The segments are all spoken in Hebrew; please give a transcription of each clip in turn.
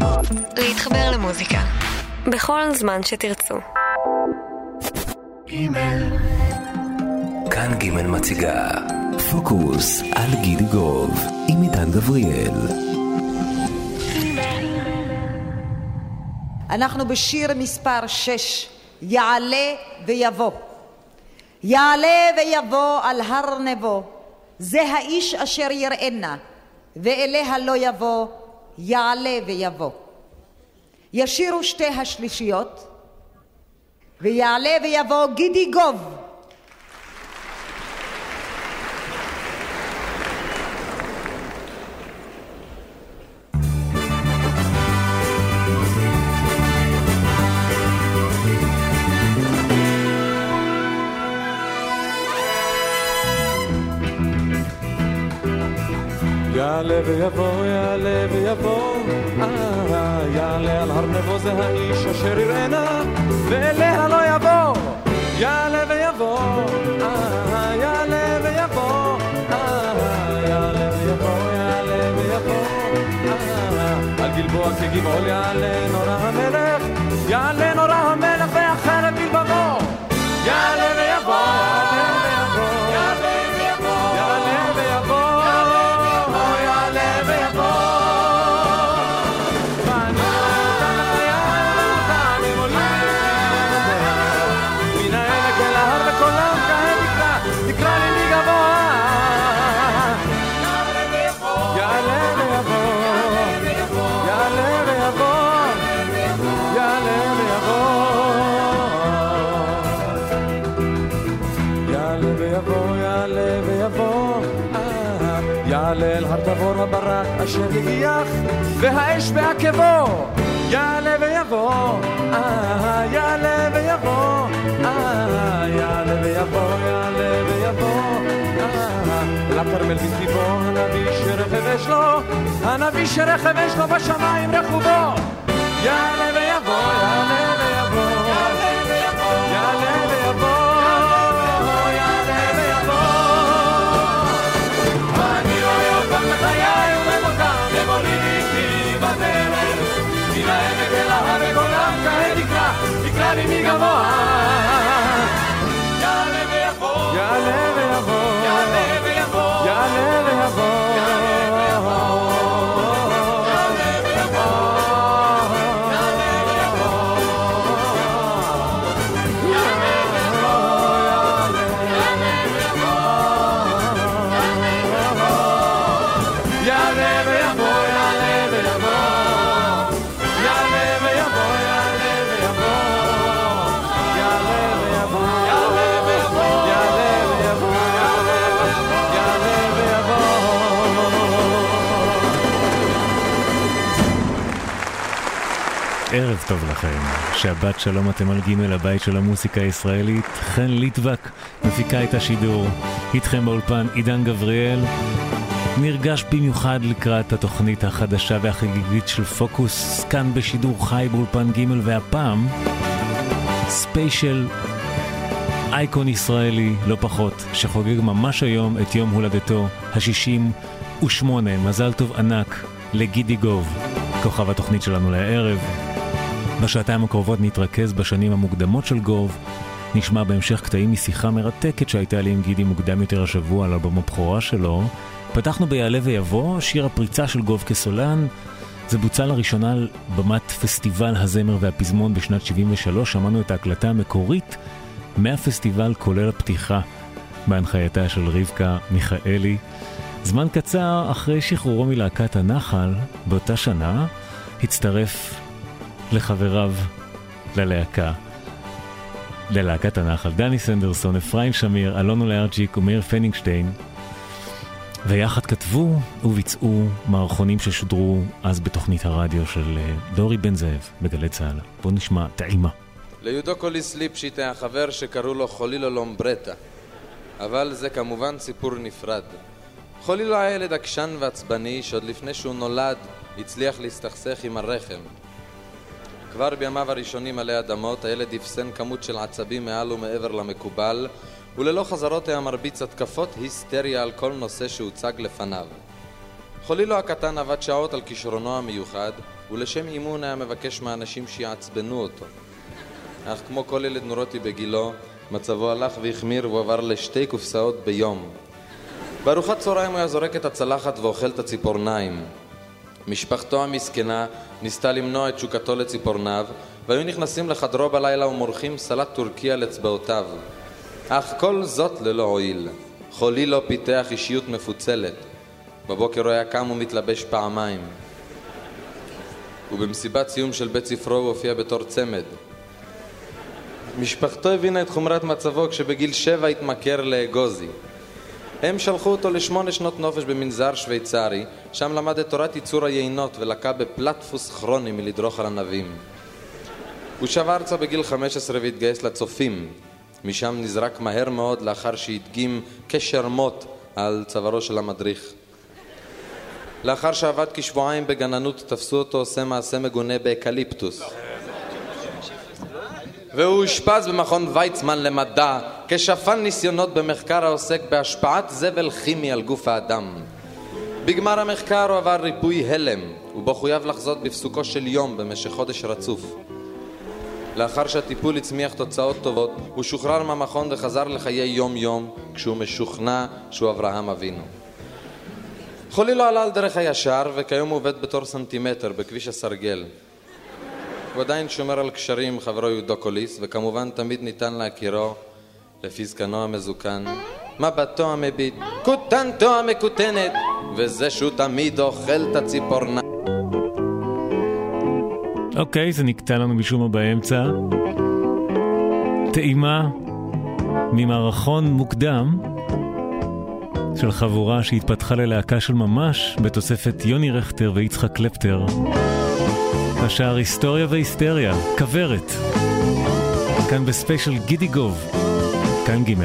להתחבר למוזיקה בכל זמן שתרצו. כאן ג' מציגה פוקוס על גידי גוב עם עידן גבריאל. אנחנו בשיר מספר 6, יעלה ויבוא. יעלה ויבוא על הר נבו, זה האיש אשר יראנה, ואליה לא יבוא, יעלה ויבוא. ישירו שתי השלישיות, ויעלה ויבוא גידי גוב. יעלה ויבוא, יעלה ויבוא, יעלה על הר נבו, זה האיש אשר יראנה, ואליה לא יבוא. יעלה ויבוא, יעלה ויבוא, יעלה ויבוא, יעלה ויבוא, על גלבוע כגבעול יעלה נורא המלך, יעלה נורא המלך ואחרת בלבבו. יעלה ויבוא, יעלה אל הר תבור הברק אשר יגיח והאש בעקבו. יעלה ויבוא, יעלה ויבוא, יעלה ויבוא, יעלה ויבוא, לכרמל בנתיבו הנביא שרכב יש לו, הנביא שרכב יש לו בשמיים רכובו. יעלה ויבוא, יעלה ויבוא, יעלה ויבוא, יעלה ויבוא, בחיי ובמותם למוליד איתי בדרך מן העמק אל ההר וגולם כעת יקרא לי מגבוה. יעלה ויבוא, יעלה ויבוא, יעלה ויבוא, יעלה ויבוא, ערב טוב לכם, שבת שלום, אתם על ג' הבית של המוסיקה הישראלית. חן ליטבק מפיקה את השידור, איתכם באולפן עידן גבריאל. נרגש במיוחד לקראת התוכנית החדשה והחגיגית של פוקוס, כאן בשידור חי באולפן ג', והפעם ספיישל אייקון ישראלי לא פחות, שחוגג ממש היום את יום הולדתו ה-68. מזל טוב ענק לגידי גוב, כוכב התוכנית שלנו לערב. בשעתיים הקרובות נתרכז בשנים המוקדמות של גוב. נשמע בהמשך קטעים משיחה מרתקת שהייתה לי עם גידי מוקדם יותר השבוע על אלבום הבכורה שלו. פתחנו ביעלה ויבוא, שיר הפריצה של גוב כסולן. זה בוצע לראשונה על במת פסטיבל הזמר והפזמון בשנת 73. שמענו את ההקלטה המקורית מהפסטיבל כולל הפתיחה בהנחייתה של רבקה מיכאלי. זמן קצר אחרי שחרורו מלהקת הנחל באותה שנה הצטרף לחבריו ללהקת הנחל, דני סנדרסון, אפרים שמיר, אלונו לארג'יק ומאיר פנינגשטיין, ויחד כתבו וביצעו מערכונים ששודרו אז בתוכנית הרדיו של דורי בן זאב בגלי צהל. בואו נשמע טעימה. ליודוקוליס ליפשיט היה חבר שקראו לו חולילו לומברטה, אבל זה כמובן סיפור נפרד. חולילו היה ילד עקשן ועצבני שעוד לפני שהוא נולד הצליח להסתכסך עם הרחם. כבר בימיו הראשונים עלי אדמות הילד יפסן כמות של עצבים מעל ומעבר למקובל, וללא חזרות היה מרביץ התקפות היסטריה על כל נושא שהוצג לפניו. חולילו הקטן עבד שעות על כישרונו המיוחד, ולשם אימון היה מבקש מהאנשים שיעצבנו אותו. אך כמו כל ילד נורוטי בגילו, מצבו הלך והחמיר והוא עבר לשתי קופסאות ביום. בארוחת צהריים הוא היה זורק את הצלחת ואוכל את הציפורניים. משפחתו המסכנה ניסתה למנוע את שוקתו לציפורניו, והיו נכנסים לחדרו בלילה ומורחים סלט טורקי על אצבעותיו. אך כל זאת ללא הועיל. חולילו פיתח אישיות מפוצלת. בבוקר הוא היה קם ומתלבש פעמיים. ובמסיבת סיום של בית ספרו הוא הופיע בתור צמד. משפחתו הבינה את חומרת מצבו כשבגיל 7 התמכר לאגוזי. הם שלחו אותו ל8 שנות נופש במנזר שוויצרי, שם למד את תורת ייצור היינות ולקה בפלטפוס כרוני מלדרוך על ענבים. הוא שב ארצה בגיל 15 והתגייס לצופים. משם נזרק מהר מאוד לאחר שהדגים קשר מוט על צווארו של המדריך. לאחר שעבד כשבועיים בגננות תפסו אותו עושה מעשה מגונה באקליפטוס. והוא אושפז במכון ויצמן למדע כשפן ניסיונות במחקר העוסק בהשפעת זבל כימי על גוף האדם. בגמר המחקר הוא עבר ריפוי הלם, ובו חויב לחזות בפסוקו של יום במשך חודש רצוף. לאחר שהטיפול הצמיח תוצאות טובות, הוא שוחרר מהמכון וחזר לחיי יום-יום כשהוא משוכנע שהוא אברהם אבינו. חולילו עלה על דרך הישר וכיום הוא עובד בתור סנטימטר בכביש הסרגל. הוא עדיין שומר על קשרים עם חברו יודוקוליס, וכמובן תמיד ניתן להכירו לפי זקנו המזוקן, מבטו המביט, קוטנתו המקוטנת, וזה שהוא תמיד אוכל את הציפורנה. אוקיי, זה נקטע לנו משום מה באמצע. טעימה ממערכון מוקדם של חבורה שהתפתחה ללהקה של ממש בתוספת יוני רכטר ויצחק קלפטר. השאר היסטוריה והיסטריה, כברת. כאן בספיישל גידי גוב, כאן ג'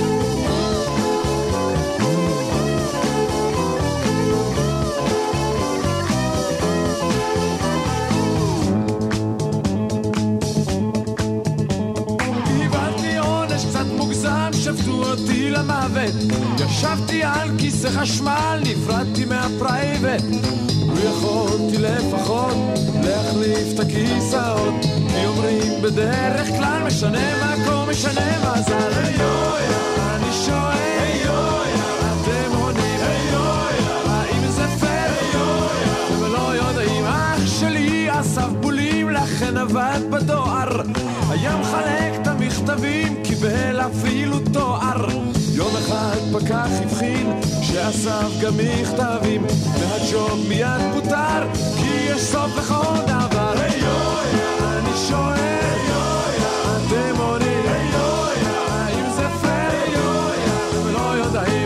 ישבתי על כיסא חשמל, נפרדתי מהפרייבט, ויכולתי לפחות להחליף את הכיסאות, כי אומרים בדרך כלל משנה מקום, משנה מזל. אני שואל, אתם עונים, האם זה פייר? אתם לא יודעים, אח שלי אסף בולים, לכן עבד בדואר, היה מחלק את המכתבים, קיבל אפילו תואר. יום אחד פקח הבחין שאסף גם מכתבים, והג'וב מיד פוטר, כי יש סוף לכל דבר. אני שואל, אתם עונים, האם זה פייר? אתם לא יודעים.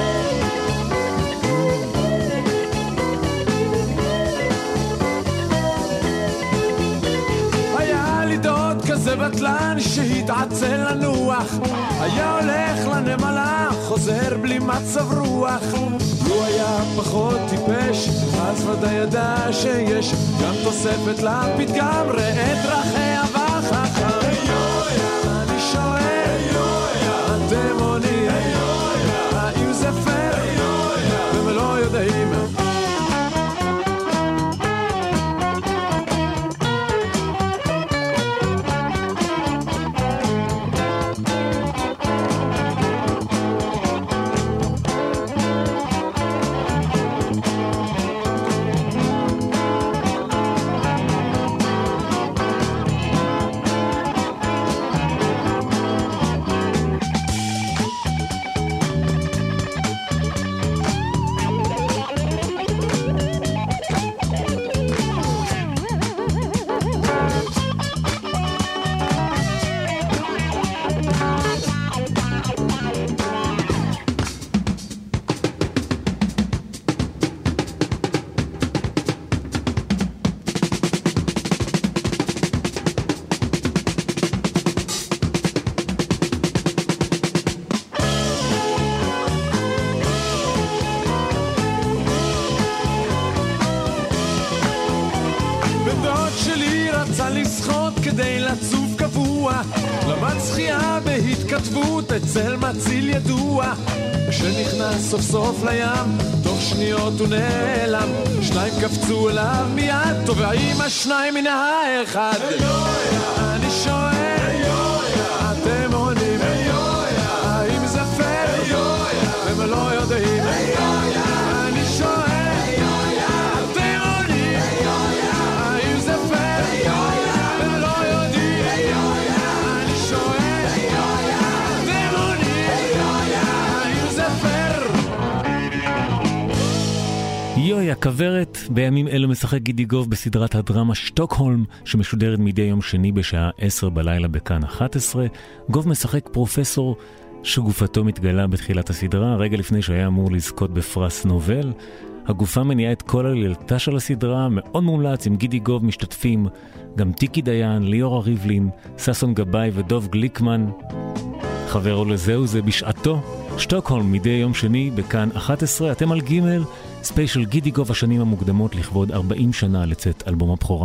היה לי דוד כזה בטלן שהתעצל לנוח, היה הולך לנמלה, חוזר בלי מצב רוח. הוא היה פחות טיפש, אז ודאי ידע שיש גם תוספת לפתגם, ראה דרכיה וחכם. אני שואל, אתם עונים, האם זה פייר? אתם לא יודעים. כדי לצוף קבוע שבוע, למד שחייה בהתכתבות אצל מציל ידוע. כשנכנס סוף סוף לים, תוך שניות הוא נעלם. שניים קפצו אליו מיד, טובעים השניים מן האחד. אני שואל, אתם עונים, האם זה פייר? והם לא יודעים. אני שואל, אתם עונים, האם זה פייר? והם לא יודעים. אני שואל, אתם עונים, האם זה פייר? יוי, הכברת, בימים אלו משחק גידי גוב בסדרת הדרמה שטוקהולם, שמשודרת מדי יום שני בשעה 10 בלילה בכאן 11. גוב משחק פרופסור שגופתו מתגלה בתחילת הסדרה, רגע לפני שהיה אמור לזכות בפרס נובל. הגופה מניעה את כל עלילתה של הסדרה, מאוד מומלץ, עם גידי גוב משתתפים גם טיקי דיין, ליאורה ריבלין, ססון גבאי ודוב גליקמן. חברו לזהו זה בשעתו, שטוקהולם מדי יום שני בכאן 11. אתם על ג' ספיישל גידי גוב השנים המוקדמות לכבוד 40 שנה לצאת אלבום הבכורה.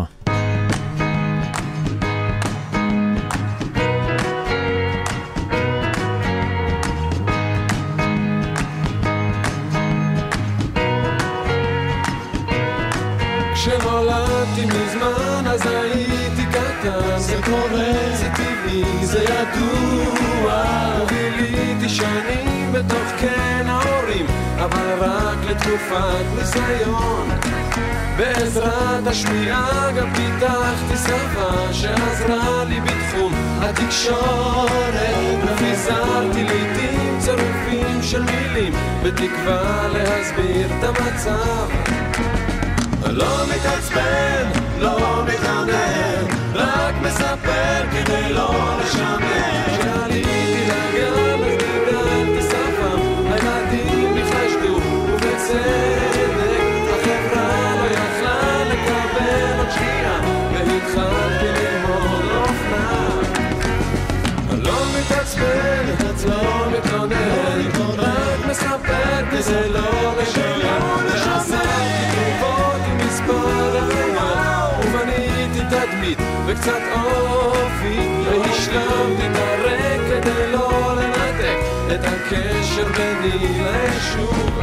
כשנולדתי מזמן אז הייתי קטן, זה קורה, זה טבעי, זה ידוע. וביליתי שנים בתוך קן ההורים, אבל רק לתקופת ניסיון. בעזרת השמיעה גם פיתחתי שפה שעזרה לי בתחום התקשורת, ופיזרתי לעתים צירופים של מילים בתקווה להסביר את המצב. לא מתעצבן, לא מתענן, רק מספר כדי לא לשמר. כשעליתי לגן אז דיברתי שפה, הילדים נחשדו ובצדק. החברה לא יכלה לקבל עוד שנייה, והתחלתי ללמוד אופנה. לא מתעצבן, לא מתענן, רק מספר כדי לא לשמר. שעזרתי תרופות עם מספר הרמה, ובניתי תדמית וקצת אופי, והשלמתי את הרק כדי לא לנתק את הקשר ביני לישוב.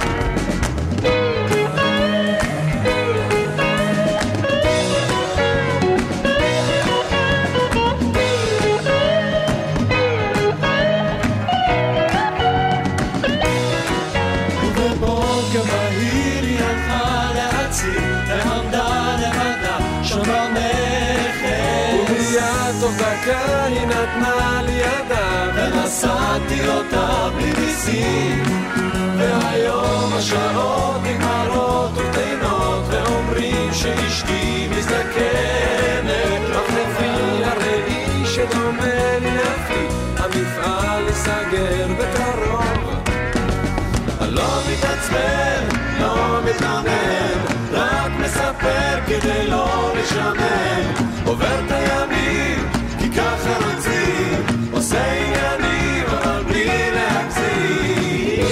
דקה היא נתנה לי ידה ונסעתי אותה בלי ניסים, והיום השעות נגמרות וטעינות ואומרים שאשתי מזדקנת, אך לפי הראי שדומה לי לפי המפעל יסגר בקרוב. לא מתעצבן, לא מתענן, רק מספר כדי לא לשמן. עובר את הימים כי ככה רוצים, עושה עניינים אבל בלי להגזים.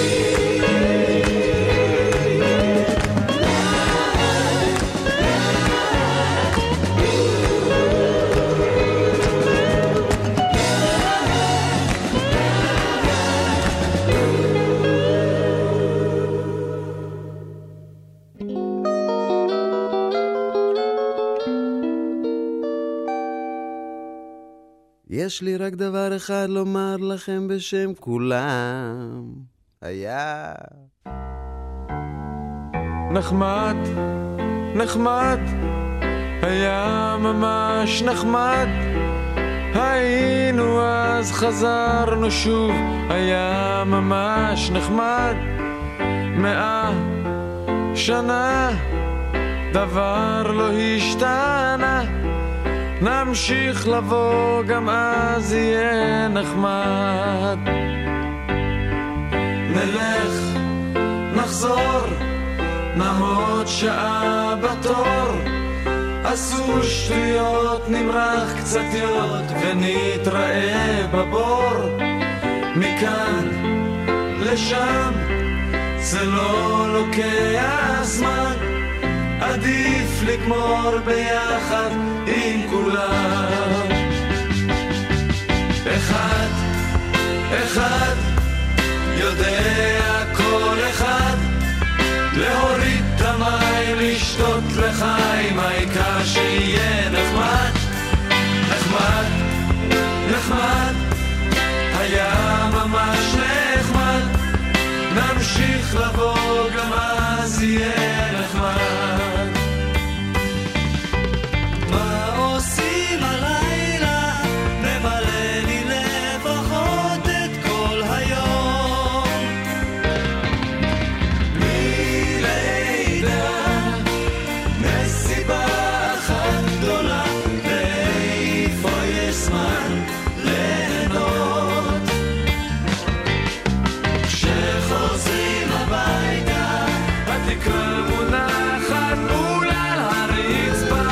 יש לי רק דבר אחד לומר לכם בשם כולם. היה נחמד, נחמד, היה ממש נחמד. היינו אז חזרנו שוב, היה ממש נחמד. 100 שנה דבר לא השתנה, נמשיך לבוא גם אז יהיה נחמד. נלך, נחזור, נעמוד שעה בתור, עשו שטויות, נמרח קצת יוד ונתראה בבור. מכאן לשם זה לא לוקח זמן, עדיף לגמור ביחד עם כולם. אחד, אחד, יודע כל אחד, להוריד את המים, לשתות לחיים, העיקר שיהיה נחמד, נחמד, נחמד, היה ממש נחמד, נמשיך לבוא גם אז יהיה נחמד. מה עושים הלילה? ממלא לי לפחות את כל היום, מלידה מסיבה אחת גדולה, ואיפה יש זמן ליהנות, כשחוזרים הביתה התקרה מונחת מול על הרצפה,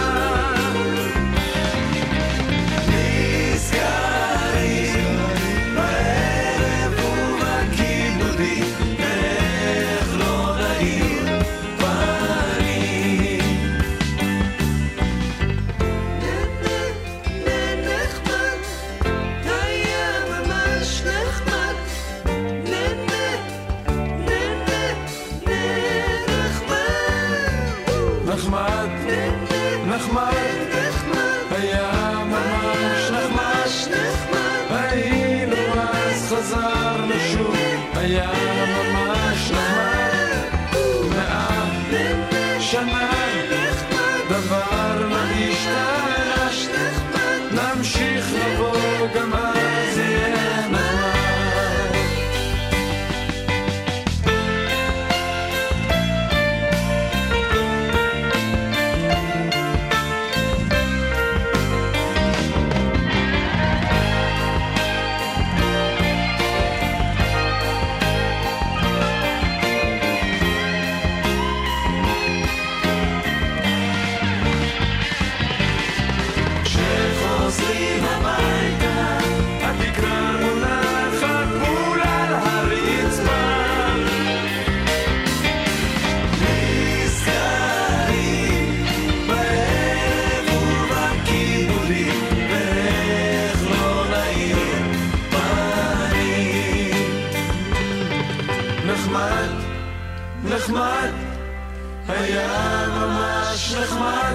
נזכרים בערב ובכיבודים, איך לא נעיר פנים. נחמד, היה ממש נחמד, נחמד, נחמד, היה ממש נחמד, היינו אז חזרנו שוב, היה ממש נחמד, 100 שנה, דבר לא השתנה, נמשיך לבוא גם אז יהיה נחמד. כשחוזרים הביתה התקרה מונחת מול על הרצפה, נזכרים בערב ובכיבודים, ואיך לא נעיר פנים. נחמד, נחמד, היה ממש נחמד,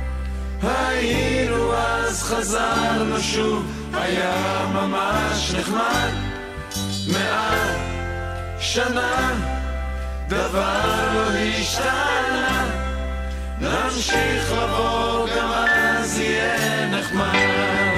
היינו אז חזרנו שוב, היה ממש נחמד, 100 שנה, דבר לא השתנה, נמשיך לבוא גם אז יהיה נחמד.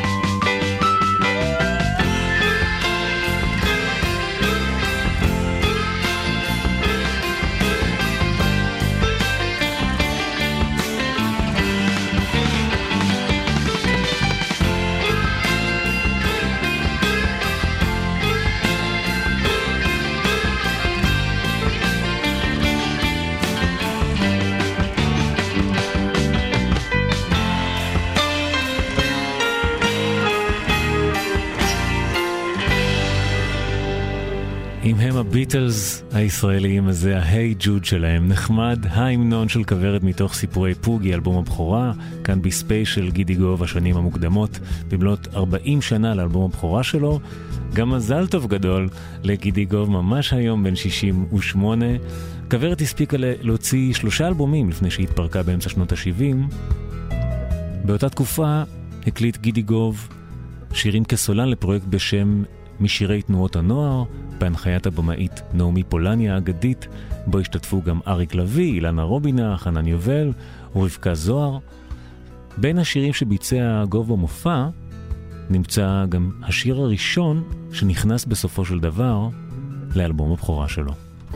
אם הם הביטלס הישראליים, אז זה ההי ג'וד שלהם. נחמד, ההמנון של כברת מתוך סיפורי פוגי, אלבום הבכורה, כאן בספיישל גידי גוב השנים המוקדמות, במלאת 40 שנה לאלבום הבכורה שלו. גם מזל טוב גדול לגידי גוב, ממש היום בן 68. כברת הספיקה להוציא 3 אלבומים לפני שהתפרקה באמצע שנות ה-70. באותה תקופה הקליט גידי גוב שירים כסולן לפרויקט בשם משירי תנועות הנוער, בהנחיית הבמאית נעמי פולניה האגדית, בו השתתפו גם אריק לוי, אילנה רובינה, חנן יובל ורבקה זוהר. בין השירים שביצע גוב במופע נמצא גם השיר הראשון שנכנס בסופו של דבר לאלבום הבכורה שלו.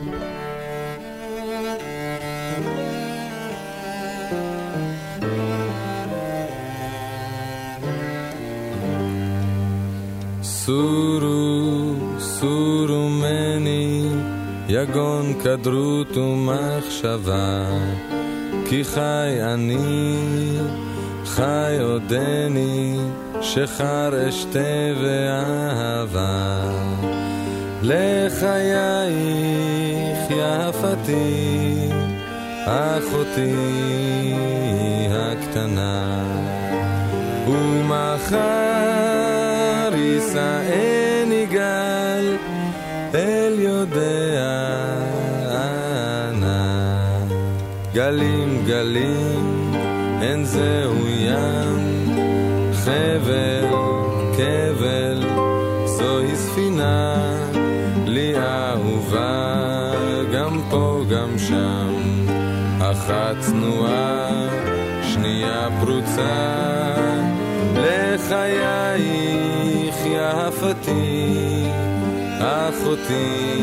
סורו, סורו מני, יגון כדרות ומחשבה, כי חי אני, חי עודני, שחר אשתה ואהבה. לחייך יפתי, אחותי הקטנה, ומחר יישאני גל אל יודע אנה. גלים גלים אין זהו ים, חבל כבל זוהי ספינה לי אהובה, גם פה גם שם, אחת צנועה שנייה פרוצה, לחייך יפתי אחותי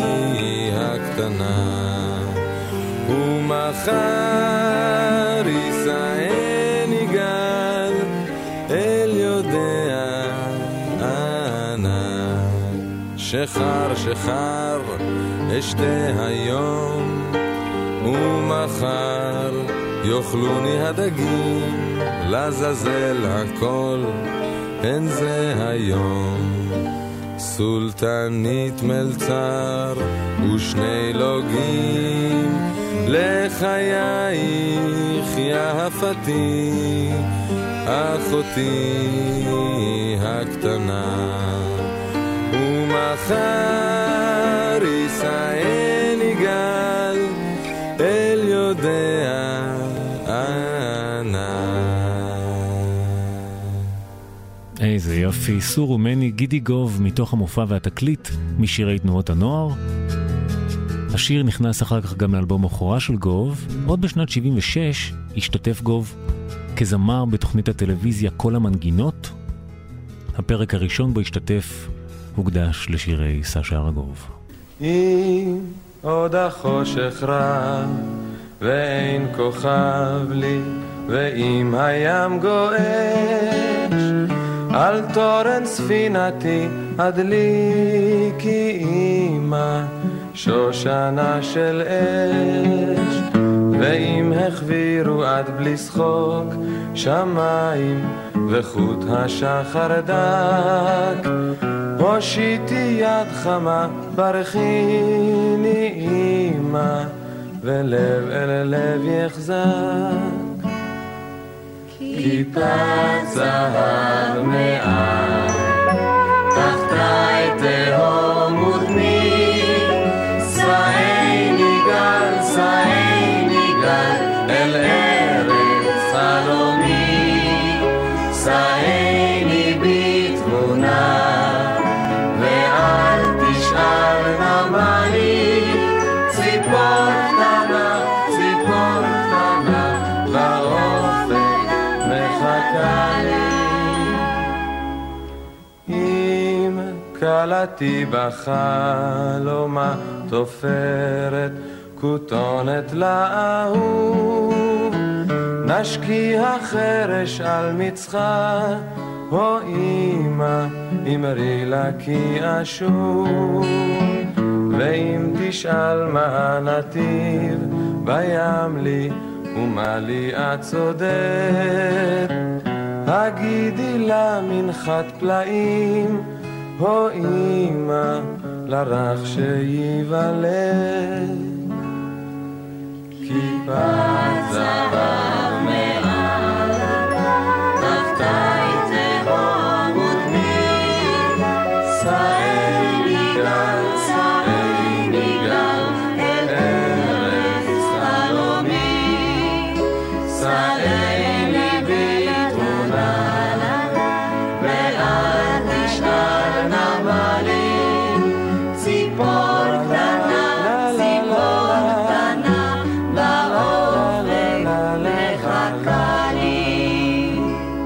הקטנה. ומחר יישאני גל אל יודע אנה. שחר שחר אשתה היום, ומחר יאכלוני הדגים, לזזל הכל אין זה היום. סולטנית מלצר ושני לוגים, לחייך יפתי אחותי הקטנה. ומחר יישאני גל אל יודע אנה. איזה יופי, סור ומני, גידי גוב, מתוך המופע והתקליט משירי תנועות הנוער. השיר נכנס אחר כך גם לאלבום הבכורה של גוב. עוד בשנת 76 השתתף גוב כזמר בתוכנית הטלוויזיה כל המנגינות. הפרק הראשון בו השתתף הוקדש לשירי סשה ארגוב. אם עוד החושך רע ואין כוכב לי, ואם הים גועש על תורן ספינתי, הדליקי אמא שושנה של אש. ואם החבירו עד בלי שחוק שמיים וחוט השחר דק, הושיטי יד חמה ברכיני אמא, ולב אל לב יחזק. כיפת זהב מעל תחתי תהום ודמי, סעני גל סעני גל אל ארץ חלומי, סעני בתמונה ואל תשאל למה לי, ציפור קטנה ציפור קטנה באופק מחכה לי. אם קלתי בחלומה תופרת כותונת לאהוב, נשקיע חרש על מצחה, או אמא אמרי לה כי אשוב. ואם תשאל מה הנתיב בים לי ומה לי את צודק, הגידי לה מנחת פלאים, או אמא לרך שיוולד. כיפת זהב מעל תחתי תהום ודמי, סעני גל סעני גל אל ארץ חלומי, סעני בתמונה ואל תשאל למה לי, ציפור קטנה ציפור קטנה באופק מחכה לי.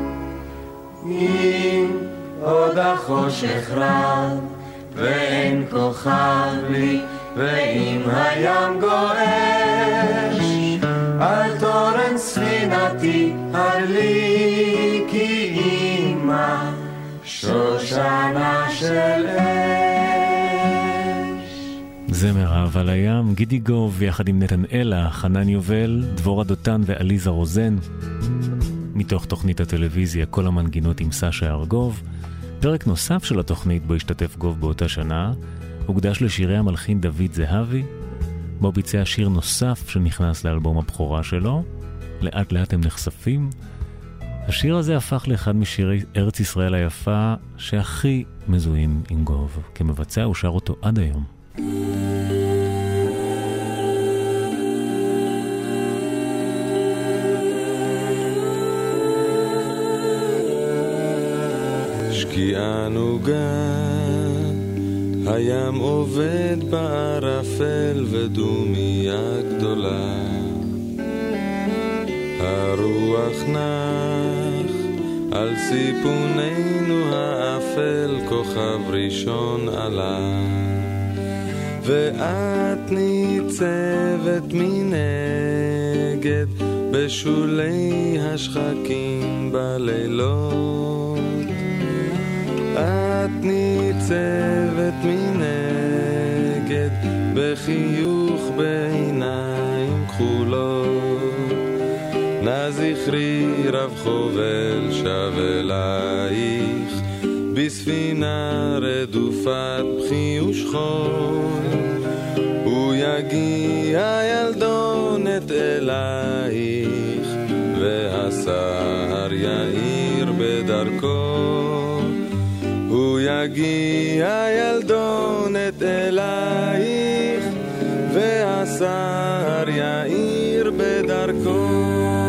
אם עוד החושך רב ואין כוכב לי, ואם הים גועש על תורן ספינתי, הדליקי אמא שושנה של אש. זמר אהבה לים, גידי גוב יחד עם נתנאלה, חנן יובל, דבורה דותן ועליזה רוזן, מתוך תוכנית הטלוויזיה כל המנגינות עם סשה ארגוב. פרק נוסף של התוכנית בו השתתף גוב באותה שנה הוקדש לשירי המלחין דוד זהבי, בו ביצע שיר נוסף שנכנס לאלבום הבכורה שלו, לאט לאט הם נחשפים. השיר הזה הפך לאחד משירי ארץ ישראל היפה שהכי מזוהים עם גוב. כמבצע הוא שר אותו עד היום. שקיעה נוגה, הים עובד בערפל ודומיה גדולה, הרוח נח על סיפוננו האפל, כוכב ראשון עלה, ואת ניצבת מנגד בשולי השחקים בלילות, את ניצבת מנגד בחיוך בעיניים כחולות, נא זכרי רב חובל שב אלייך בספינה רדופת בכי ושכול, הוא יגיע ילדונת אלייך והסהר יאיר בדרכו, הוא יגיע ילדונת אלייך והסהר יאיר בדרכו.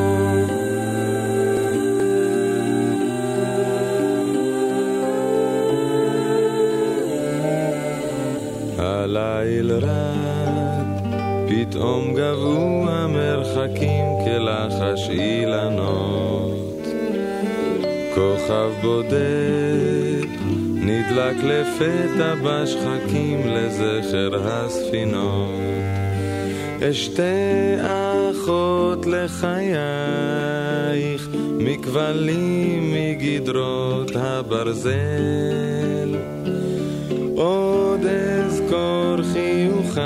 הליל רד, פתאום גבו המרחקים כלחש אילנות, כוכב בודד נדלק לפתע בשחקים לזכר הספינות, אשתי אחות לחייך מכבלים מגדרות הברזל, עוד אזכור חיוכייך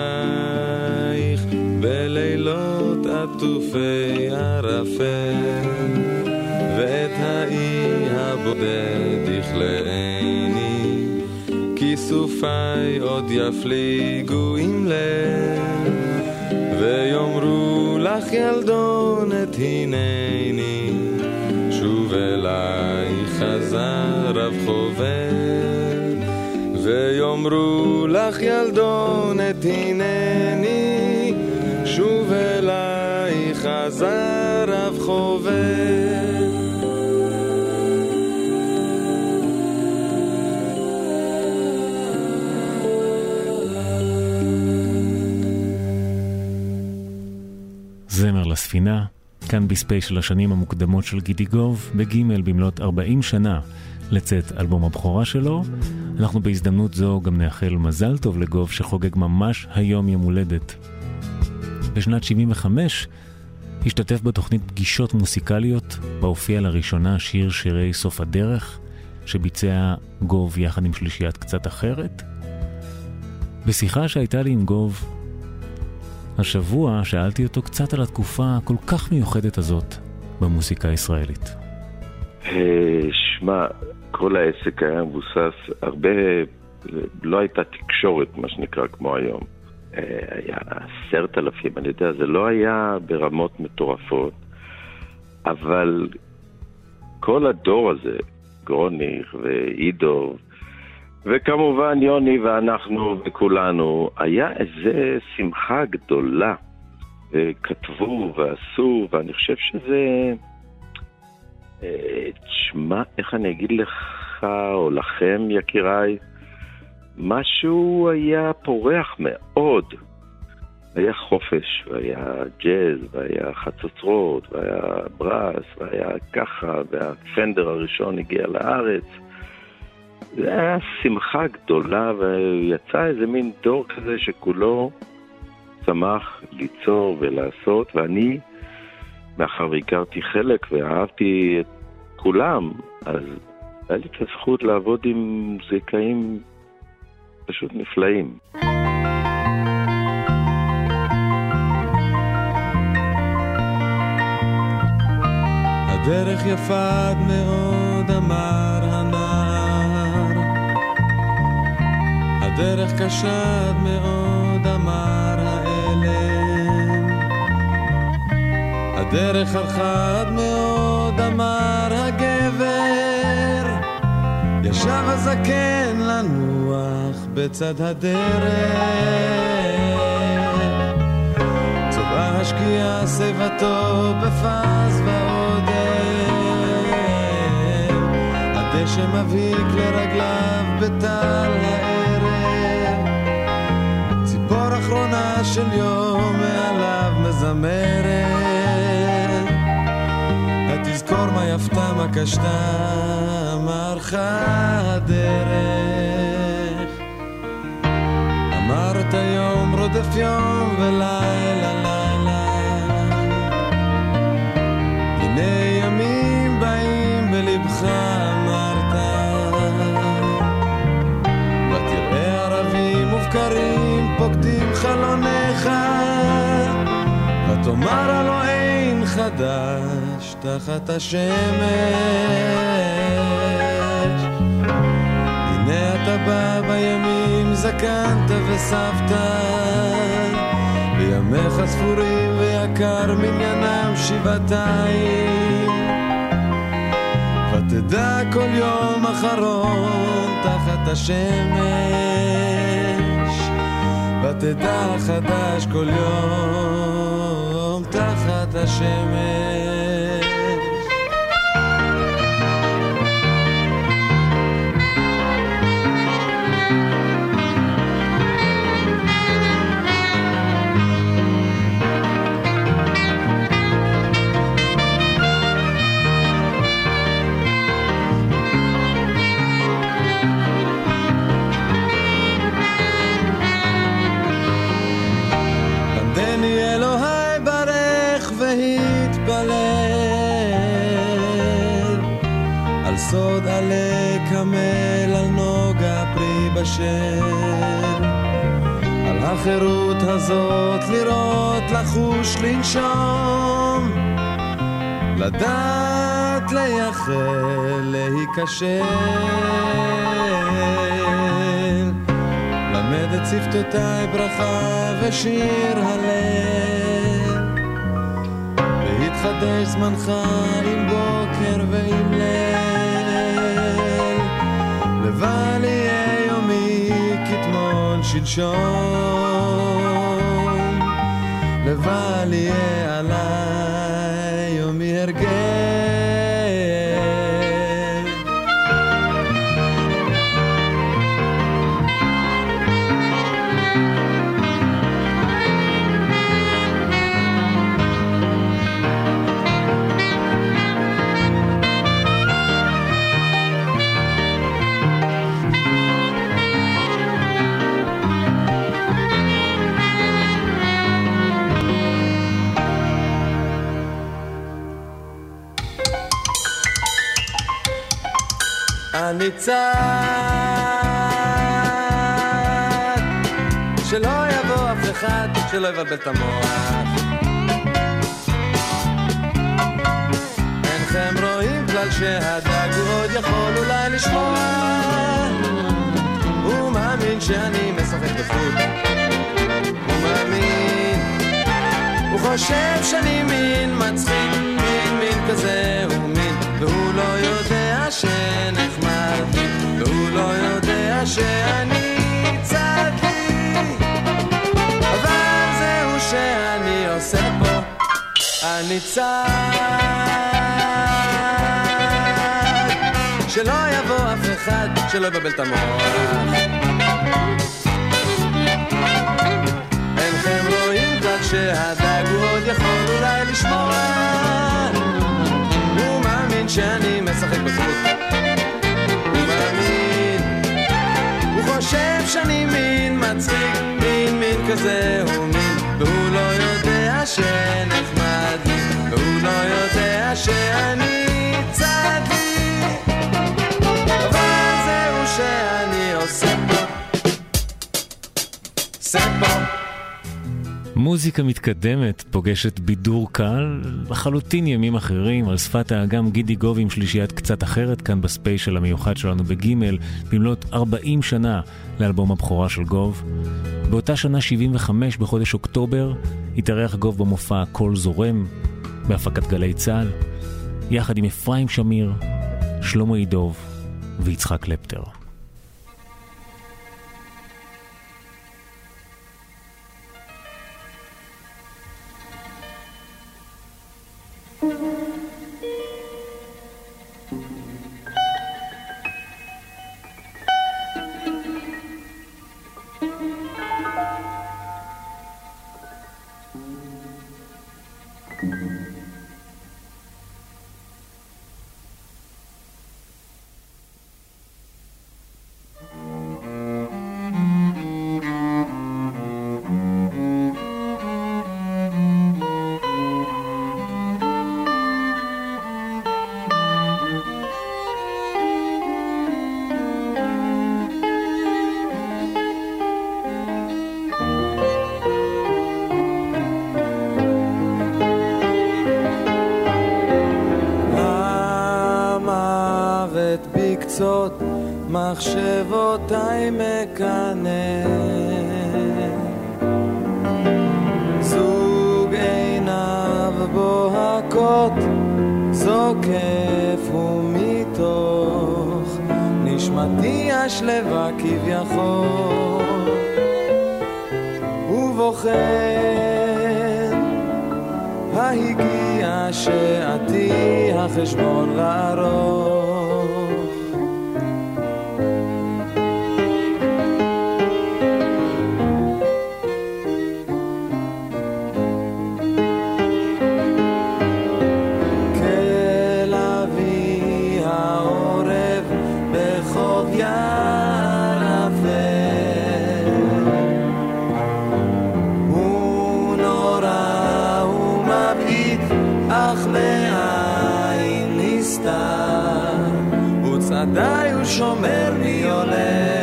בלילות עטופי ערפל, ואת האי הבודד יכלאני, כיסופי עוד יפליגו עם לב, ויאמרו לך ילדונת הנני, שוב אליי חזר רב חובל, ויאמרו לך ילדונת הנני, שוב אליי חזר רב חובל. זמר לספינה, כאן בספיישל השנים המוקדמות של גידי גוב, בגימל במלאת 40 שנה לצאת אלבום הבכורה שלו. אנחנו בהזדמנות זו גם נאחל מזל טוב לגוב שחוגג ממש היום יום הולדת. בשנת 75 השתתף בתוכנית פגישות מוסיקליות, בה הופיע לראשונה שיר שירי סוף הדרך, שביצע גוב יחד עם שלישיית קצת אחרת. בשיחה שהייתה לי עם גוב השבוע שאלתי אותו קצת על התקופה הכל כך מיוחדת הזאת במוסיקה הישראלית. שמע, כל העסק היה מבוסס הרבה, לא הייתה תקשורת מה שנקרא כמו היום. היה 10,000, אני יודע, זה לא היה ברמות מטורפות, אבל כל הדור הזה, גרוניך ואידור, וכמובן יוני ואנחנו וכולנו, היה איזה שמחה גדולה, וכתבו ועשו, ואני חושב שזה, תשמע, איך אני אגיד לך או לכם יקיריי, משהו היה פורח מאוד, היה חופש, והיה ג'אז, והיה חצוצרות, והיה ברס, והיה ככה, והפנדר הראשון הגיע לארץ, זה היה שמחה גדולה, ויצא איזה מין דור כזה שכולו שמח ליצור ולעשות, ואני, מאחר והכרתי חלק ואהבתי את כולם, אז היה לי את הזכות לעבוד עם מוזיקאים פשוט נפלאים. הדרך יפה עד מאוד אמר הנער, הדרך קשה עד מאוד אמר האלם, הדרך ארכה עד מאוד, אמר הגבר, ישב הזקן לנוח בצד הדרך, צובעה השקיעה שיבתו בפז ועודף, הדשא מבהיק לרגליו בטל הערב, ציפור אחרונה של יום מעליו מזמרת, התזכור מה יפתה מה קשתה מרחה הדרך, אמרת יום רודף יום ולילה לילה, הנה ימים באים בלבך אמרת, ותראה ערבים מובקרים פוקדים חלונך, ותאמר הלא אין חדש תחת השמש, הנה אתה בא בימים זקנת וסבת, בימיך ספורים ויקר מניינם שבעתיים, ותדע כל יום אחרון תחת השמש, ותדע חדש כל יום תחת השמש. סוד עלה קמל על נוגה פרי בשל, על החירות הזאת לראות לחוש לנשום, לדעת לייחל להיקשר, למד את שפתותיי ברכה ושיר הלב, והתחדש זמנך עם בוקר ועם ליל, לבל יהיה יומי כתמול שלשום, לבל יהיה עליי יומי הרגל. אני צעד, שלא יבוא אף אחד, שלא יבלבל את המוח. אינכם רואים כלל שהדג הוא עוד יכול אולי לשמוע, הוא מאמין שאני משחק בחוט, הוא מאמין, הוא חושב שאני מין מצחיק, מין כזה הוא מין, והוא לא יודע שנחמדתי, והוא לא יודע שאני צדקי, אבל זהו שאני עושה פה, אני צד, שלא יבוא אף אחד, שלא יבבל את המוח. אינכם רואים כך שהדג הוא עוד יכול אולי לשמוע, הוא מאמין שאני משחק בזכות, הוא מאמין, הוא חושב שאני מין מצחיק, מין כזה הוא מין, והוא לא יודע שנחמד לי, והוא לא יודע שאני צדקי, אבל זהו שאני עושה פה, עושה פה. מוזיקה מתקדמת פוגשת בידור קל, לחלוטין ימים אחרים, על שפת האגם גידי גוב עם שלישיית קצת אחרת כאן בספיישל המיוחד שלנו בגימל, במלאת 40 שנה לאלבום הבכורה של גוב. באותה שנה 75 בחודש אוקטובר התארח גוב במופע קול זורם, בהפקת גלי צהל, יחד עם אפרים שמיר, שלמה ידוב ויצחק קלפטר. מחשבותיי מקנה זוג עיניו בוהקות זוקף ומתוך נשמתי השלווה כביכול ובוחן ההגיע שעתי החשבון לערוך די הוא שומר מי עולה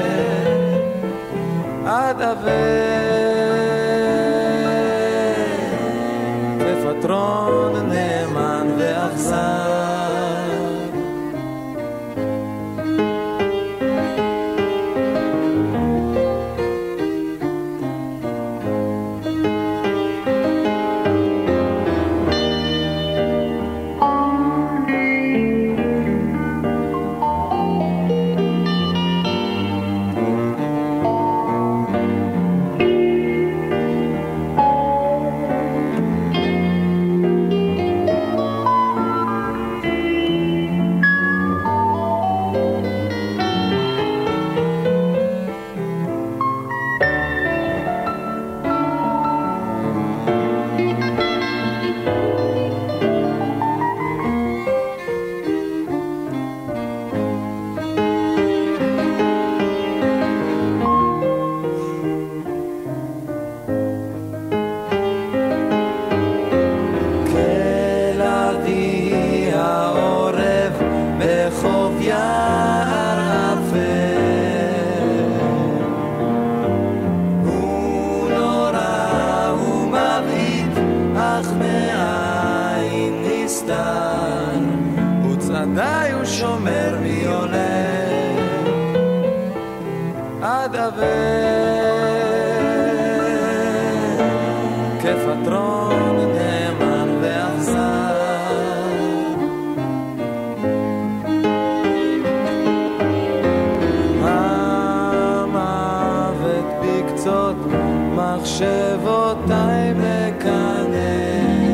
עד כפטרון נאמן ואכזר כפטרון נאמן ואכזר המוות בקצות מחשבותיי מקנה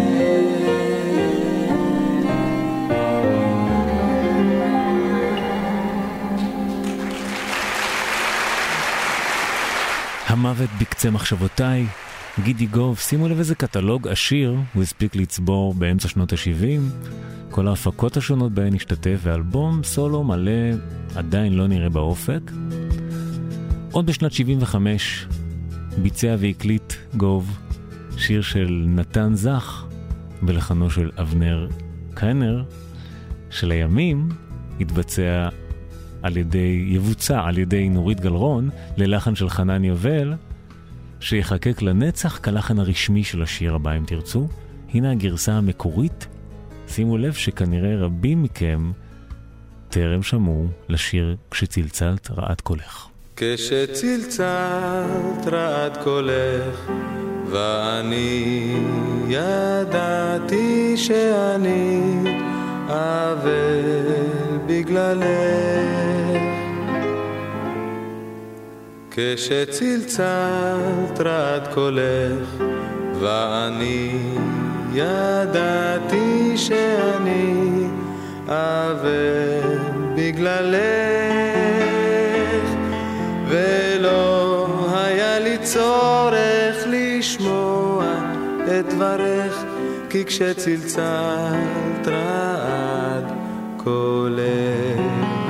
המוות בקצה מחשבותיי, גידי גוב. שימו לב איזה קטלוג עשיר הוא הספיק לצבור באמצע שנות ה-70, כל ההפקות השונות בהן השתתף, ואלבום סולו מלא עדיין לא נראה באופק. עוד בשנת 75 ביצע והקליט גוב שיר של נתן זך בלחנו של אבנר קנר, שלימים יבוצע על ידי נורית גלרון ללחן של חנן יובל, שיחקק לנצח כלחן הרשמי של השיר הבא אם תרצו. הנה הגרסה המקורית. שימו לב שכנראה רבים מכם טרם שמעו לשיר כשצלצלת רעד קולך. כשצלצלת רעד קולך ואני ידעתי שאני אבל בגללך. כשצלצלת רעד קולך ואני ידעתי שאני אבל בגללך, ולא היה לי צורך לשמוע את דברך, כי כשצלצלת רעד קולך.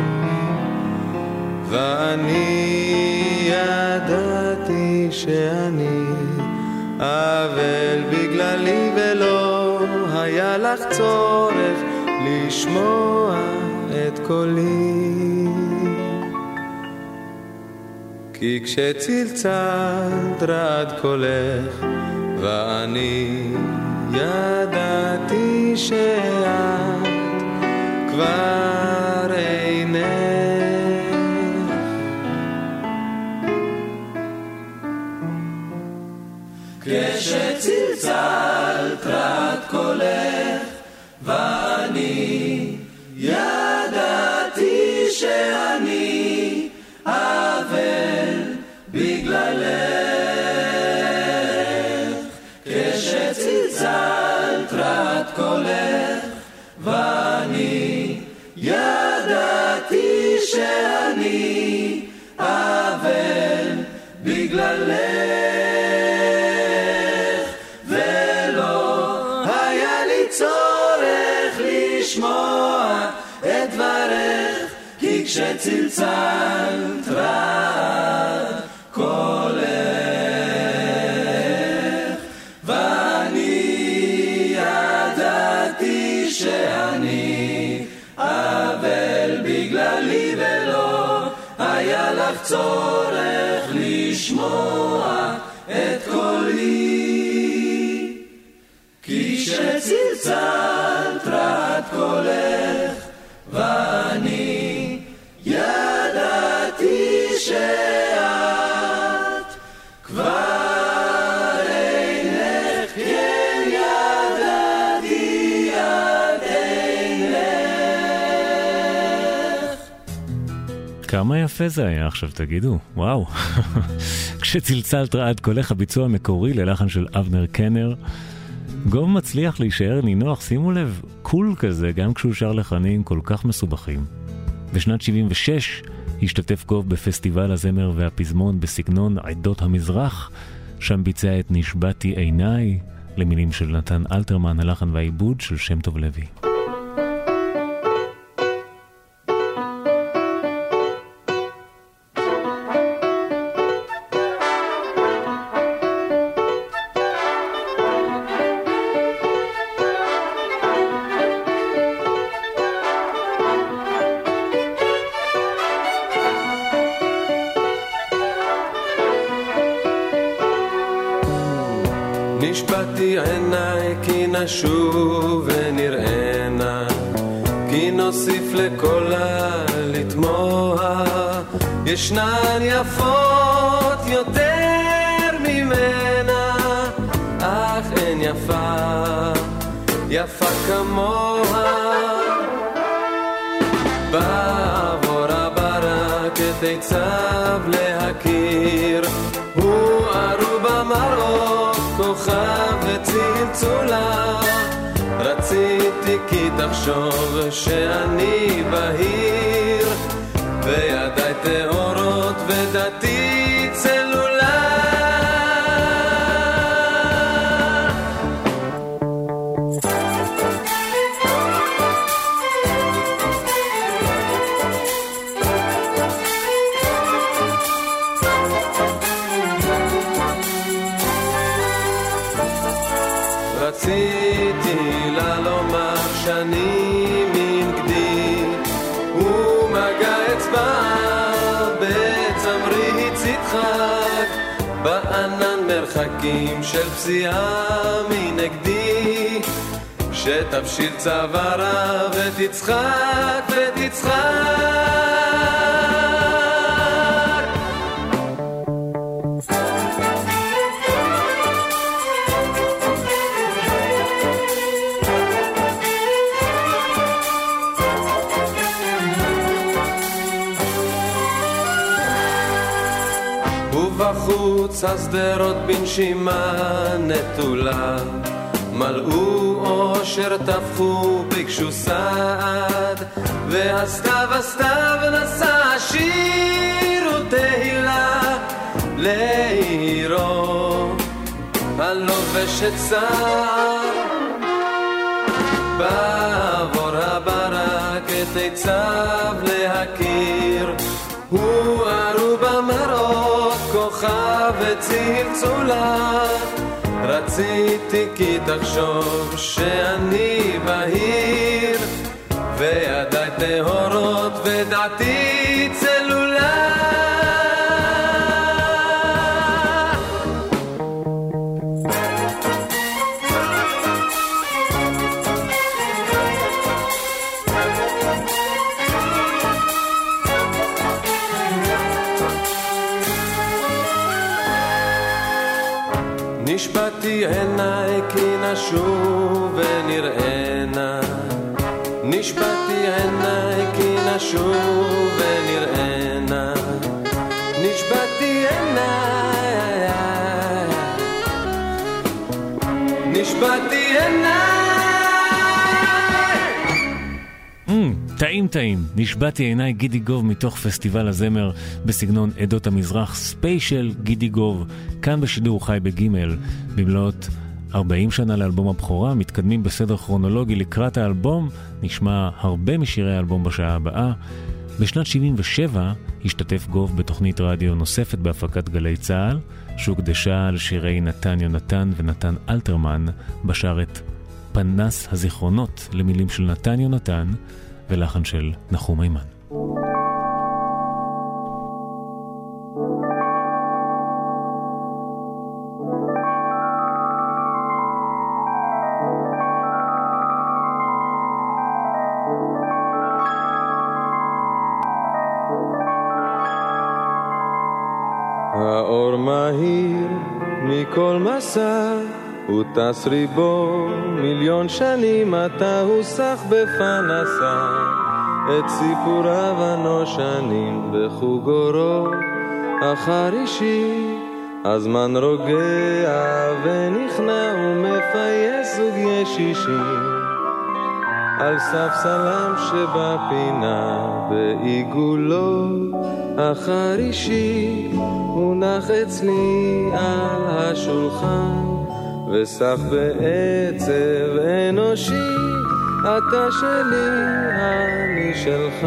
ואני ידעתי שאני אבל בגללי, ולא היה לך צורך לשמוע את קולי, כי כשצלצלת רעד קולך ואני ידעתי שאת כבר אינך. כשצלצלת רעד קולך ואני ידעתי שאני אבל בגללך. כשצלצלת רעד קולך ואני ידעתי שאני אבל בגללך, לשמוע את דברך, כי כשצלצלת רעד קולך. ואני ידעתי שאני אבל בגללי, ולא היה לך צורך לשמוע את קולי, כי כשצלצלת רעד קולך ואני ידעתי שאת כבר אינך. כן, ידעתי את אינך. כמה יפה זה היה עכשיו, תגידו, וואו. כשצלצלת רעד קולך, הביצוע המקורי ללחן של אבנר קנר. גוב מצליח להישאר נינוח, שימו לב, קול כזה, גם כשהוא שר לחנים כל כך מסובכים. בשנת 76 השתתף גוב בפסטיבל הזמר והפזמון בסגנון עדות המזרח, שם ביצע את נשבעתי עיניי, למילים של נתן אלתרמן, הלחן והעיבוד של שם טוב לוי. נשוב ונראינה, כי נוסיף לקולה לתמוה, ישנן יפות יותר ממנה, אך אין יפה כמוה. בעבור הברקת עצב להכיר, הוא ערובה מראות כוכב וצלצולה. רציתי כי תחשוב שאני בהיר, וידיי תאורות ודתי צלולה. רציתי לה לומר שאני מן גדי, ומגע אצבעה בצמרי צדחק, בענן מרחקים של פסיעה מנגדי, שתבשיל צווארה ותצחק ותצחק. בחוץ השדרות בנשימה נטולה, מלאו אושר, טפחו, ביקשו סעד, והסתיו נשא שיר ותהילה לעירו הלובש את צער. בעבור הברק את עצב להכיר, הוא ערובה מראות כוכב וציל צולת. רציתי כי תחשוב שאני בהיר, וידיי טהורות ודעתי צלולה. נשבעתי עיניי כי נשוב ונראינה, נשבעתי עיניי כי נשוב ונראינה, נשבעתי עיניי, נשבעתי עיניי. טעים, נשבעתי עיניי, גידי גוב מתוך פסטיבל הזמר בסגנון עדות המזרח, ספיישל גידי גוב, כאן בשידור חי בגימל, במלאות 40 שנה לאלבום הבכורה, מתקדמים בסדר כרונולוגי לקראת האלבום, נשמע הרבה משירי האלבום בשעה הבאה. בשנת 77 השתתף גוב בתוכנית רדיו נוספת בהפקת גלי צהל, שהוקדשה לשירי נתן יונתן ונתן אלתרמן, בשר את פנס הזיכרונות, למילים של נתן יונתן ולחן של נחום אימן. האור מהיר מכל מסע וטס ריבו, מיליון שנים אתה הוסח בפנסה, את סיפוריו הנושנים בחוגורו החרישי. הזמן רוגע ונכנע ומפייס זוג ישישים על ספסלם שבפינה בעיגולו החרישי. הונח אצלי על השולחן וסח בעצב אנושי, אתה שלי אני שלך.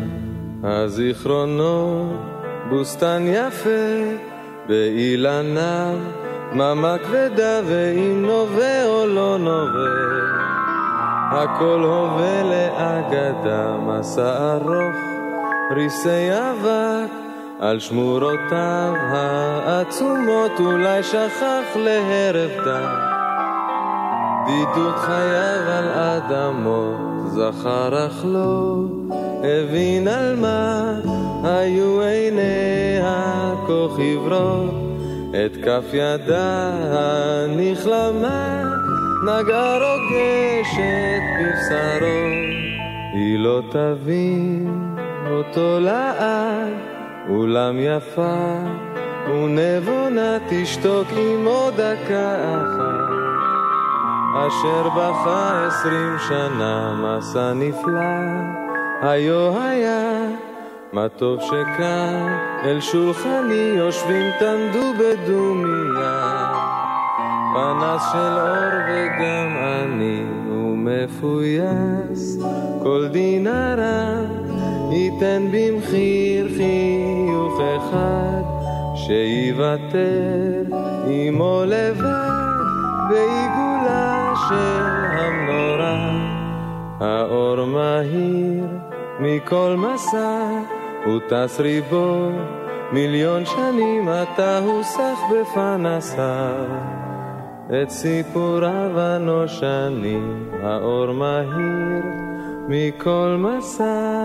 הזיכרונות בוסתן יפה באילניו, דממה כבדה ואם נובע או לא נובע, הכל הווה לאגדה, מסע ארוך ריסי אבק על שמורותיו העצומות, אולי שכח להרף דם בידוד חייו על אדמות, זכר אך לא הבין על מה היו עיניה כה חברות, את כף ידה הנכלמה נגע רוגשת בבשרו. היא לא תבין אותו לעד, אולם יפה ונבונה תשתוק עם עוד דקה אחת, אשר בכה 20 שנה מסע נפלא היו היה. מה טוב שכאן אל שולחני יושבים תנדו בדומיה, פנס של אור וגם אני ומפויס, כל דינרה ייתן במחיר חיוך אחד, שיוותר עמו לבד בעיגולה של המנורה. האור מהיר מכל מסע וטס ריבו, מיליון שנים אתה הוסח בפנסה, את סיפוריו הנושנים. האור מהיר מכל מסע.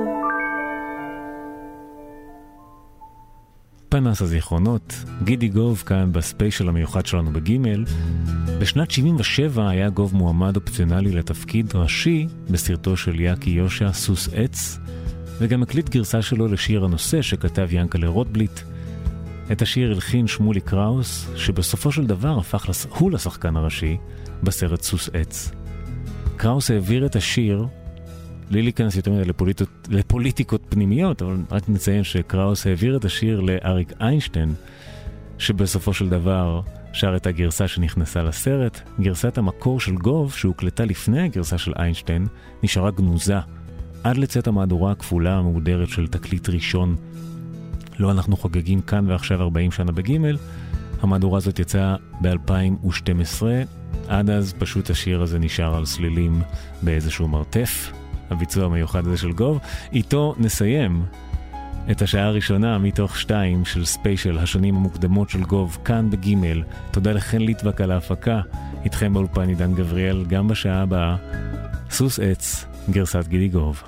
פנס הזיכרונות, גידי גוב כאן בספיישל המיוחד שלנו בגימל. בשנת 77 היה גוב מועמד אופציונלי לתפקיד ראשי בסרטו של יאקי יושע סוס עץ, וגם הקליט גרסה שלו לשיר הנושא שכתב ינקלה רוטבליט. את השיר הלחין שמולי קראוס, שבסופו של דבר הפך הוא לשחקן הראשי בסרט סוס עץ. קראוס העביר את השיר, לי להיכנס יותר מדי לפוליטיקות פנימיות, אבל רק נציין שקראוס העביר את השיר לאריק איינשטיין, שבסופו של דבר שר את הגרסה שנכנסה לסרט. גרסת המקור של גוב, שהוקלטה לפני הגרסה של איינשטיין, נשארה גנוזה, עד לצאת המהדורה הכפולה המהודרת של תקליט ראשון. לא אנחנו חוגגים כאן ועכשיו 40 שנה בגימל, המהדורה הזאת יצאה ב-2012, עד אז פשוט השיר הזה נשאר על סלילים באיזשהו מרתף, הביצוע המיוחד הזה של גוב. איתו נסיים את השעה הראשונה מתוך 2 של ספיישל השנים המוקדמות של גוב כאן בגימל. תודה לכן ליטבק על ההפקה, איתכם באולפן עידן גבריאל, גם בשעה הבאה סוס עץ, גרסת גידי גוב.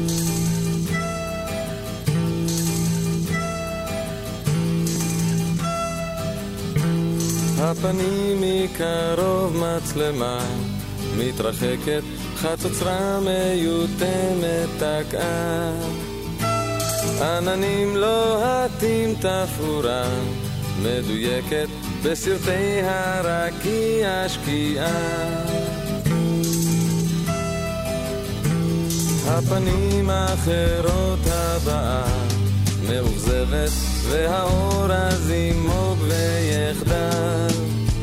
הפנים מקרוב מצלמה מתרחקת, חצוצרה מיותמת תקעה, עננים לוהטים תפאורה מדויקת בסרטי הרקיע שקיעה. הפנים האחרות הבאה מאוכזבת והאור הזימוג ויחדל,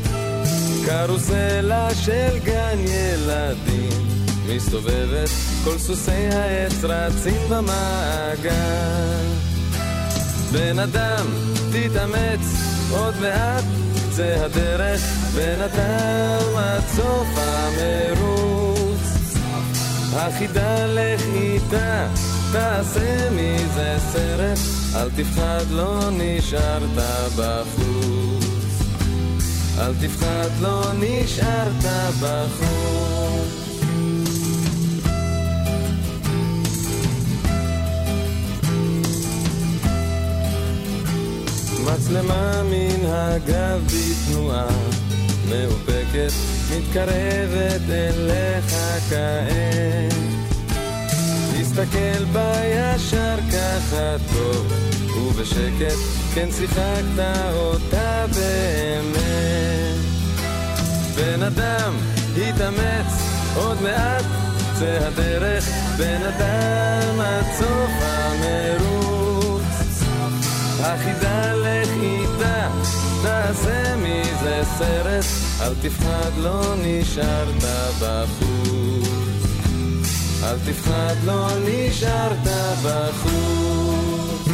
קרוסלה של גן ילדים מסתובבת, כל סוסי העץ רצים במעגל. בן אדם תתאמץ עוד מעט, קצה הדרך בינתיים עד סוף המרוץ. החידה לך איתה, תעשה מזה סרט, אל תפחד לא נשארת בחוץ, אל תפחד לא נשארת בחוץ. מצלמה מן הגב בתנועה מאופקת מתקרבת אליך כעת, תסתכל בישר ככה טוב ובשקט, כן שיחקת אותה באמת. בן אדם התאמץ עוד מעט, קצה הדרך בן אדם עד סוף המרוץ. החידה לך איתה, תעשה מזה סרט, אל תפחד לא נשארת בחוץ, אל תפחד לא נשארת בחוץ.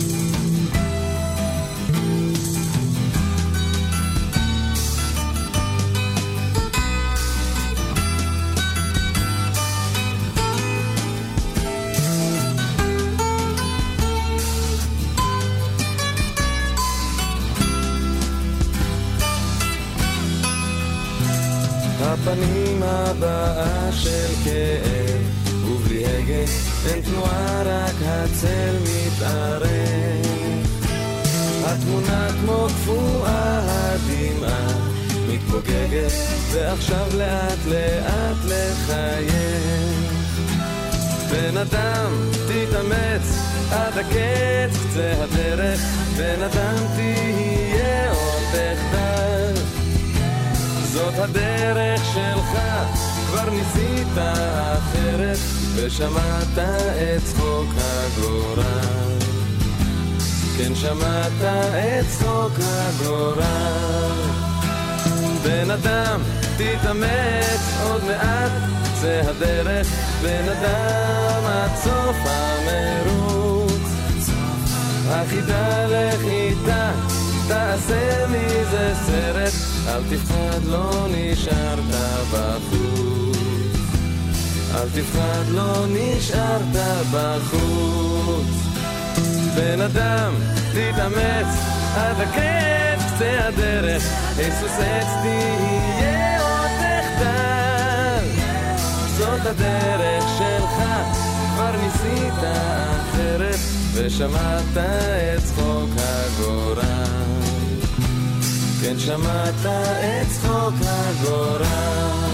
הפנים הבאה של כאב ובלי הגה, אין תנועה רק הצל מתארך. התמונה כמו קפואה, הדמעה מתפוגגת, ועכשיו לאט לאט לחייך. בן אדם תתאמץ עד הקץ, קצה הדרך בן אדם תהיה עוד תחתר. זאת הדרך שלך, כבר ניסית אחרת, ושמעת את צחוק הגורל. כן, שמעת את צחוק הגורל. בן אדם תתאמץ עוד מעט, קצה הדרך בן אדם עד סוף המרוץ. החידה לך איתה, תעשה מזה סרט, אל תפחד לא נשארת בחוץ, אל תפחד לא נשארת בחוץ. בן אדם תתאמץ עד הקץ, קצה הדרך, סוס עץ תהיה עוד תחתל. זאת הדרך שלך, כבר ניסית אחרת, ושמעת את צחוק הגורל. כן, שמעת את צחוק הגורל.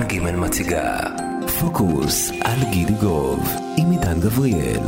ג' מציגה פוקוס על גידי גוב עם עידן גבריאל.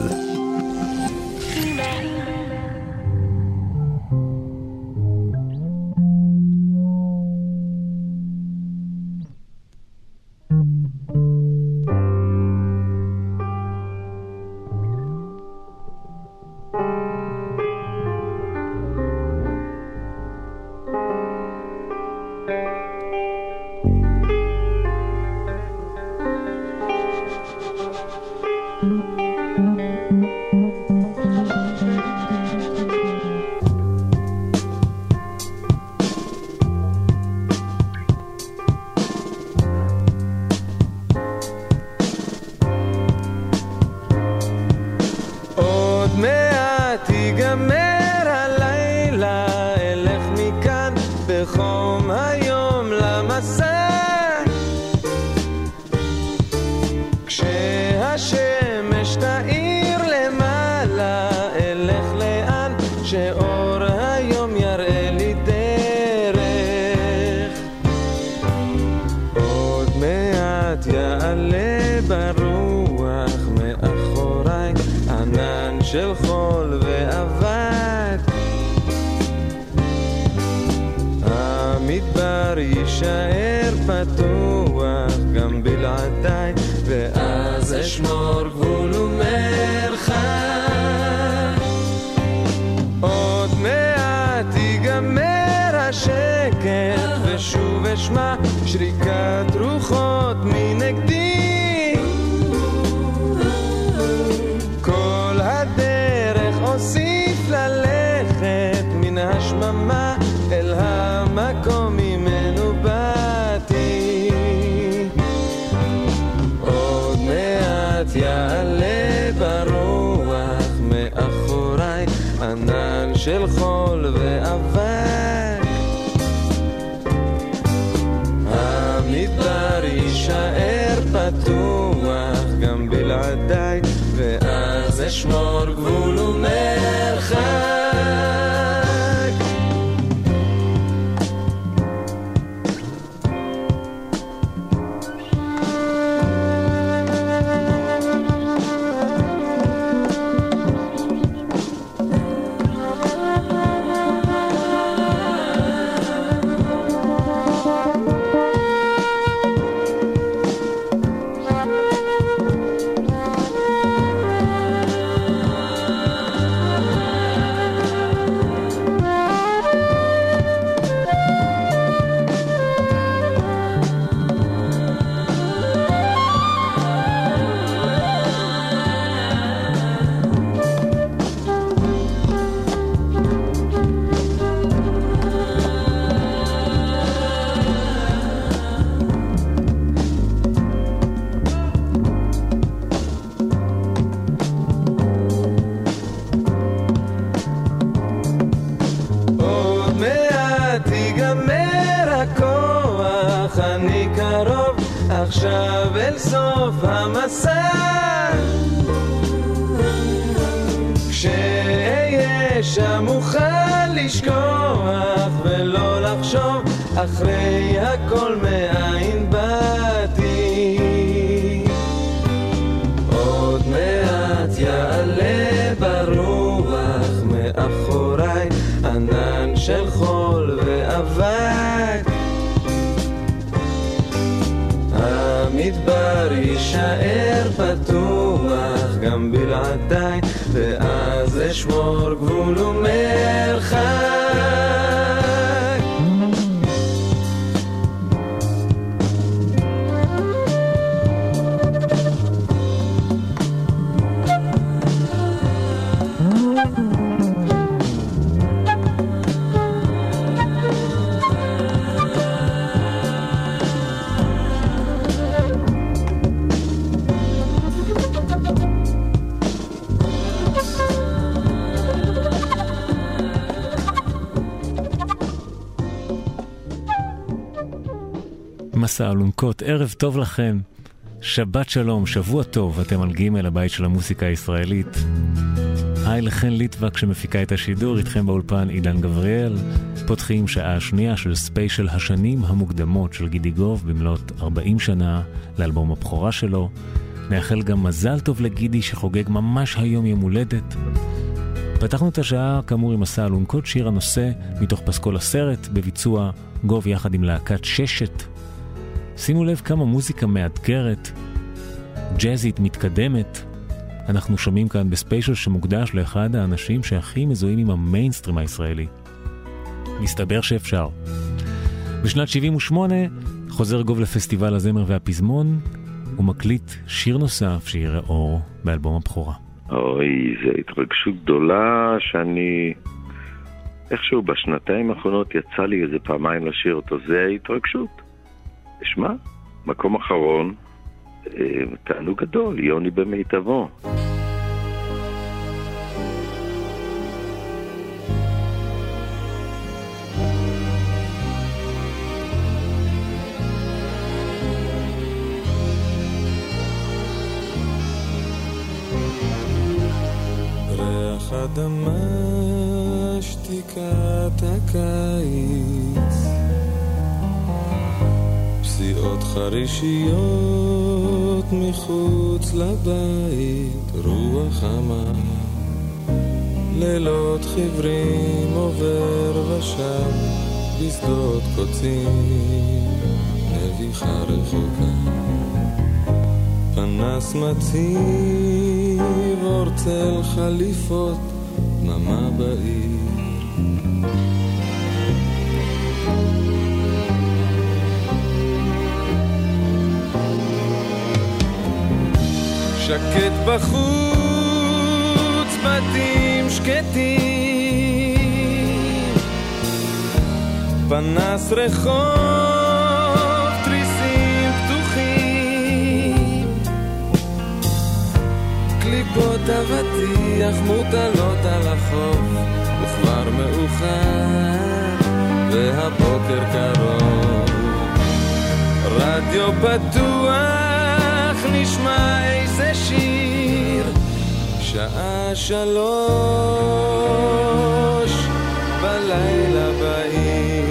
של חול ואבק המדבר יישאר פתוח גם בלעדיי ואז אשמור גבול ומרחק עוד מעט ייגמר השקט ושוב אשמע שריקת רוחות מנגדי אוסיף ללכת מן השממה אל המקום ממנו באתי עוד מעט יעלה ברוח מאחוריי ענן של חול ואבק המדבר יישאר פתוח גם בלעדיי ואז אשמור גבול ומרחק עכשיו אל סוף המסע כשאהיה שם אוכל לשכוח ולא לחשוב אחרי הכל מאין באתי עוד מעט יעלה ברוח מאחוריי ענן של חול ואבק המדבר יישאר פתוח גם בלעדיי ואז אשמור גבול ומרחק מסע אלונקות, ערב טוב לכם, שבת שלום, שבוע טוב, אתם על ג' הבית של המוסיקה הישראלית. היי לחן ליטבק שמפיקה את השידור, איתכם באולפן עידן גבריאל. פותחים שעה שנייה של ספיישל השנים המוקדמות של גידיגוב במלאת 40 שנה לאלבום הבכורה שלו. נאחל גם מזל טוב לגידי שחוגג ממש היום יום הולדת. פתחנו את השעה כאמור עם מסע אלונקות, שיר הנושא מתוך פסקול הסרט בביצוע גוב יחד עם להקת ששת. שימו לב כמה מוזיקה מאתגרת, ג'אזית מתקדמת. אנחנו שומעים כאן בספיישל שמוקדש לאחד האנשים שהכי מזוהים עם המיינסטרים הישראלי. מסתבר שאפשר. בשנת 78 חוזר גוב לפסטיבל הזמר והפזמון ומקליט שיר נוסף שיראה אור באלבום הבכורה. אוי, זו התרגשות גדולה שאני איכשהו בשנתיים האחרונות יצא לי איזה פעמיים לשיר אותו. זה התרגשות. תשמע, מקום אחרון, תענוג גדול, יוני במיטבו. ריח אדמה, שתיקת הקיץ, פסיעות חרישיות מחוץ לבית, רוח חמה, לילות חיוורים עובר ושם, בשדות קוצים, נביחה רחוקה, פנס מציב, אור צל חליפות, דממה בעיר. שקט בחוץ, בתים שקטים, פנס רחוב, תריסים פתוחים, קליפות אבטיח מוטלות על החוף, וכבר מאוחר והבוקר קרוב, רדיו פתוח נשמע איזה שיר, שעה 3 בלילה בעיר.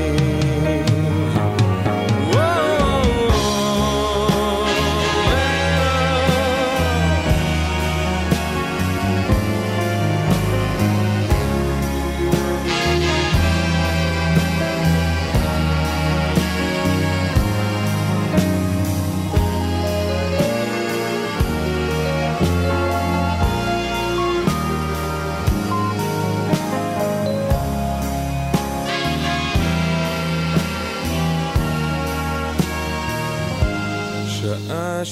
שעה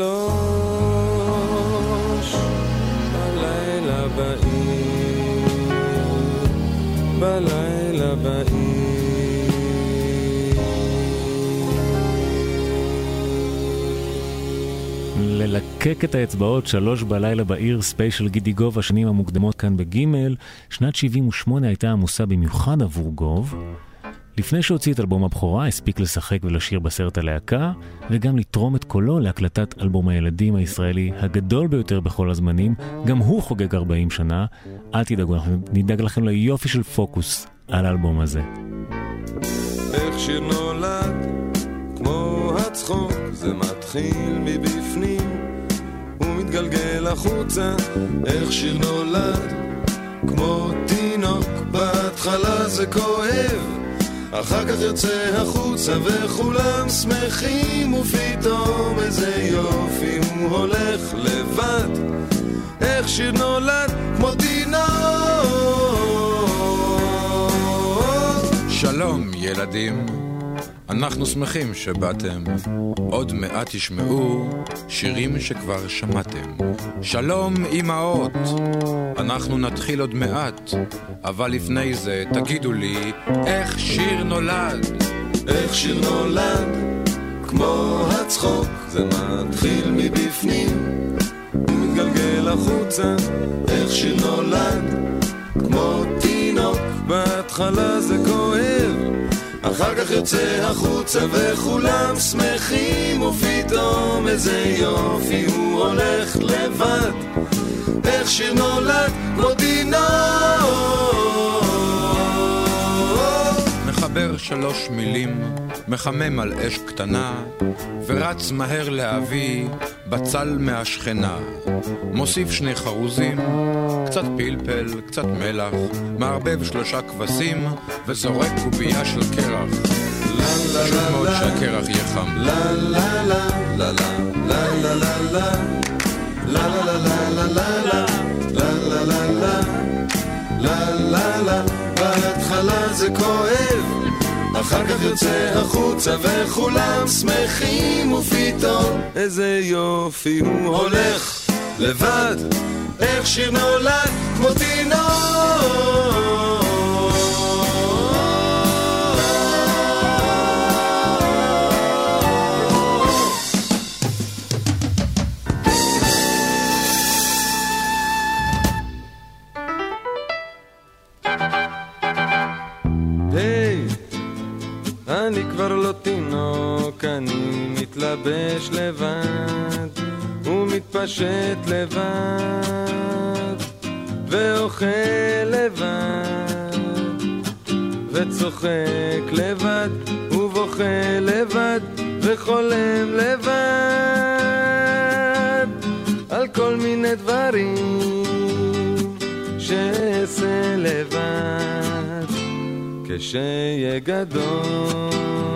3 בלילה בעיר, בלילה בעיר. ללקק את האצבעות, 3 בלילה בעיר, ספיישל גידיגוב, השנים המוקדמות כאן בגימל. שנת 78 הייתה עמוסה במיוחד עבור גוב. לפני שהוציא את אלבום הבכורה, הספיק לשחק ולשיר בסרט הלהקה, וגם לתרום את קולו להקלטת אלבום הילדים הישראלי הגדול ביותר בכל הזמנים. גם הוא חוגג 40 שנה. אל תדאגו, אנחנו נדאג לכם ליופי של פוקוס על האלבום הזה. איך שיר נולד, כמו הצחוק, זה מתחיל מבפנים ומתגלגל החוצה. איך שיר נולד, כמו תינוק, בהתחלה זה כואב, אחר כך יוצא החוצה וכולם שמחים, ופתאום איזה יופי הוא הולך לבד. איך שיר נולד כמו תינוק. שלום ילדים, אנחנו שמחים שבאתם. עוד מעט תשמעו שירים שכבר שמעתם. שלום אמהות, אנחנו נתחיל עוד מעט, אבל לפני זה תגידו לי איך שיר נולד. איך שיר נולד, כמו הצחוק, זה מתחיל מבפנים ומתגלגל החוצה. איך שיר נולד, כמו תינוק, בהתחלה זה כואב, אחר כך יוצא החוצה וכולם שמחים, ופתאום איזה יופי הוא הולך לבד. איך שיר נולד כמו תינוק. 3 מילים, מחמם על אש קטנה, ורץ מהר להביא בצל מהשכנה. מוסיף 2 חרוזים, קצת פלפל, קצת מלח, מערבב 3 כבשים, וזורק קובייה של קרח. חשוב מאוד שהקרח יהיה חם. לה לה לה לה לה לה לה לה לה לה לה לה לה לה לה לה לה לה לה. בהתחלה זה כואב, אחר כך יוצא החוצה וכולם שמחים, ופתאום איזה יופי הוא הולך לבד, איך שיר נולד כמו תינוק. אני כבר לא תינוק, אני מתלבש לבד ומתפשט לבד ואוכל לבד וצוחק לבד ובוכה לבד וחולם לבד על כל מיני דברים שעשה לבד כשיהיה גדול.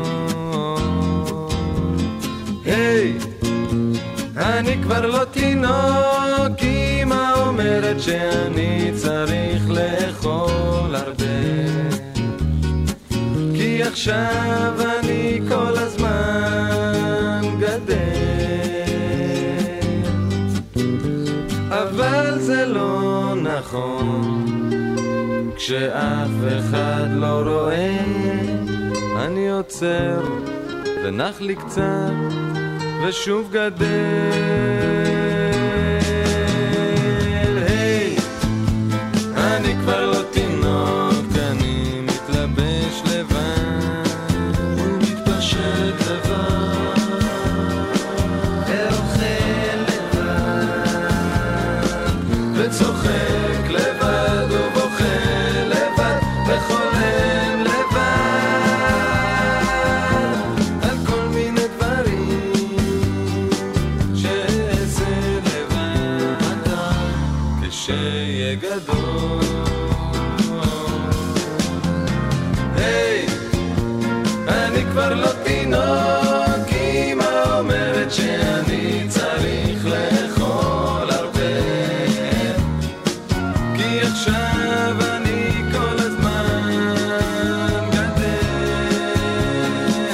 היי, אני כבר לא תינוק, אמא אומרת שאני צריך לאכול הרבה, כי עכשיו אני כל הזמן גדל, אבל זה לא נכון, כשאף אחד לא רואה אני עוצר ונח לי קצת ושוב גדל. היי, אני כבר לא תינוק, אני מתלבש לבד ומתפשט לבד ואוכל לבד וצוחק לבד ובוכה לבד וחולם לבד על כל מיני דברים שעשה לבד כשיהיה גדול. היי, אני כבר לא תינוק, אמא אומרת שאני צריך לאכול הרבה, כי עכשיו אני כל הזמן גדל,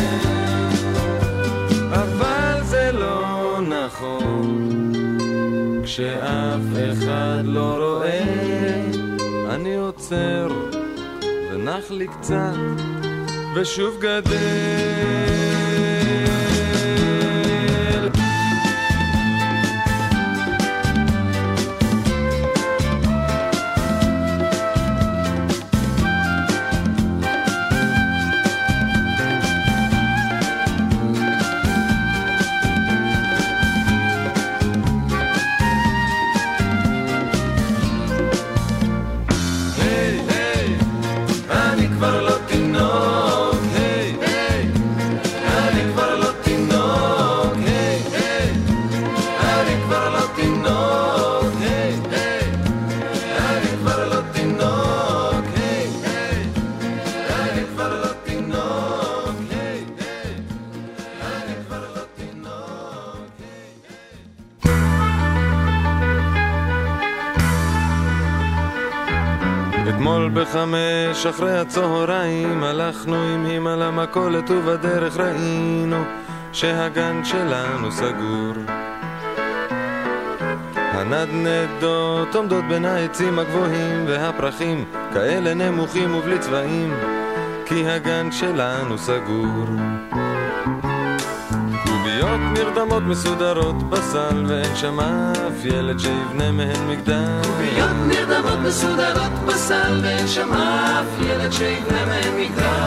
אבל זה לא נכון, כשאף אחד לא רואה אני עוצר ונח לי קצת ושוב גדל. אתמול 5 אחרי הצהריים הלכנו עם אמא למכולת ובדרך ראינו שהגן שלנו סגור. הנדנדות עומדות בין העצים הגבוהים והפרחים כאלה נמוכים ובלי צבעים, כי הגן שלנו סגור. קוביות נרדמות מסודרות בסל ואין שם אף ילד שיבנה מהן מגדל. קוביות נרדמות מסודרות בסל ואין שם אף ילד שיבנה מהן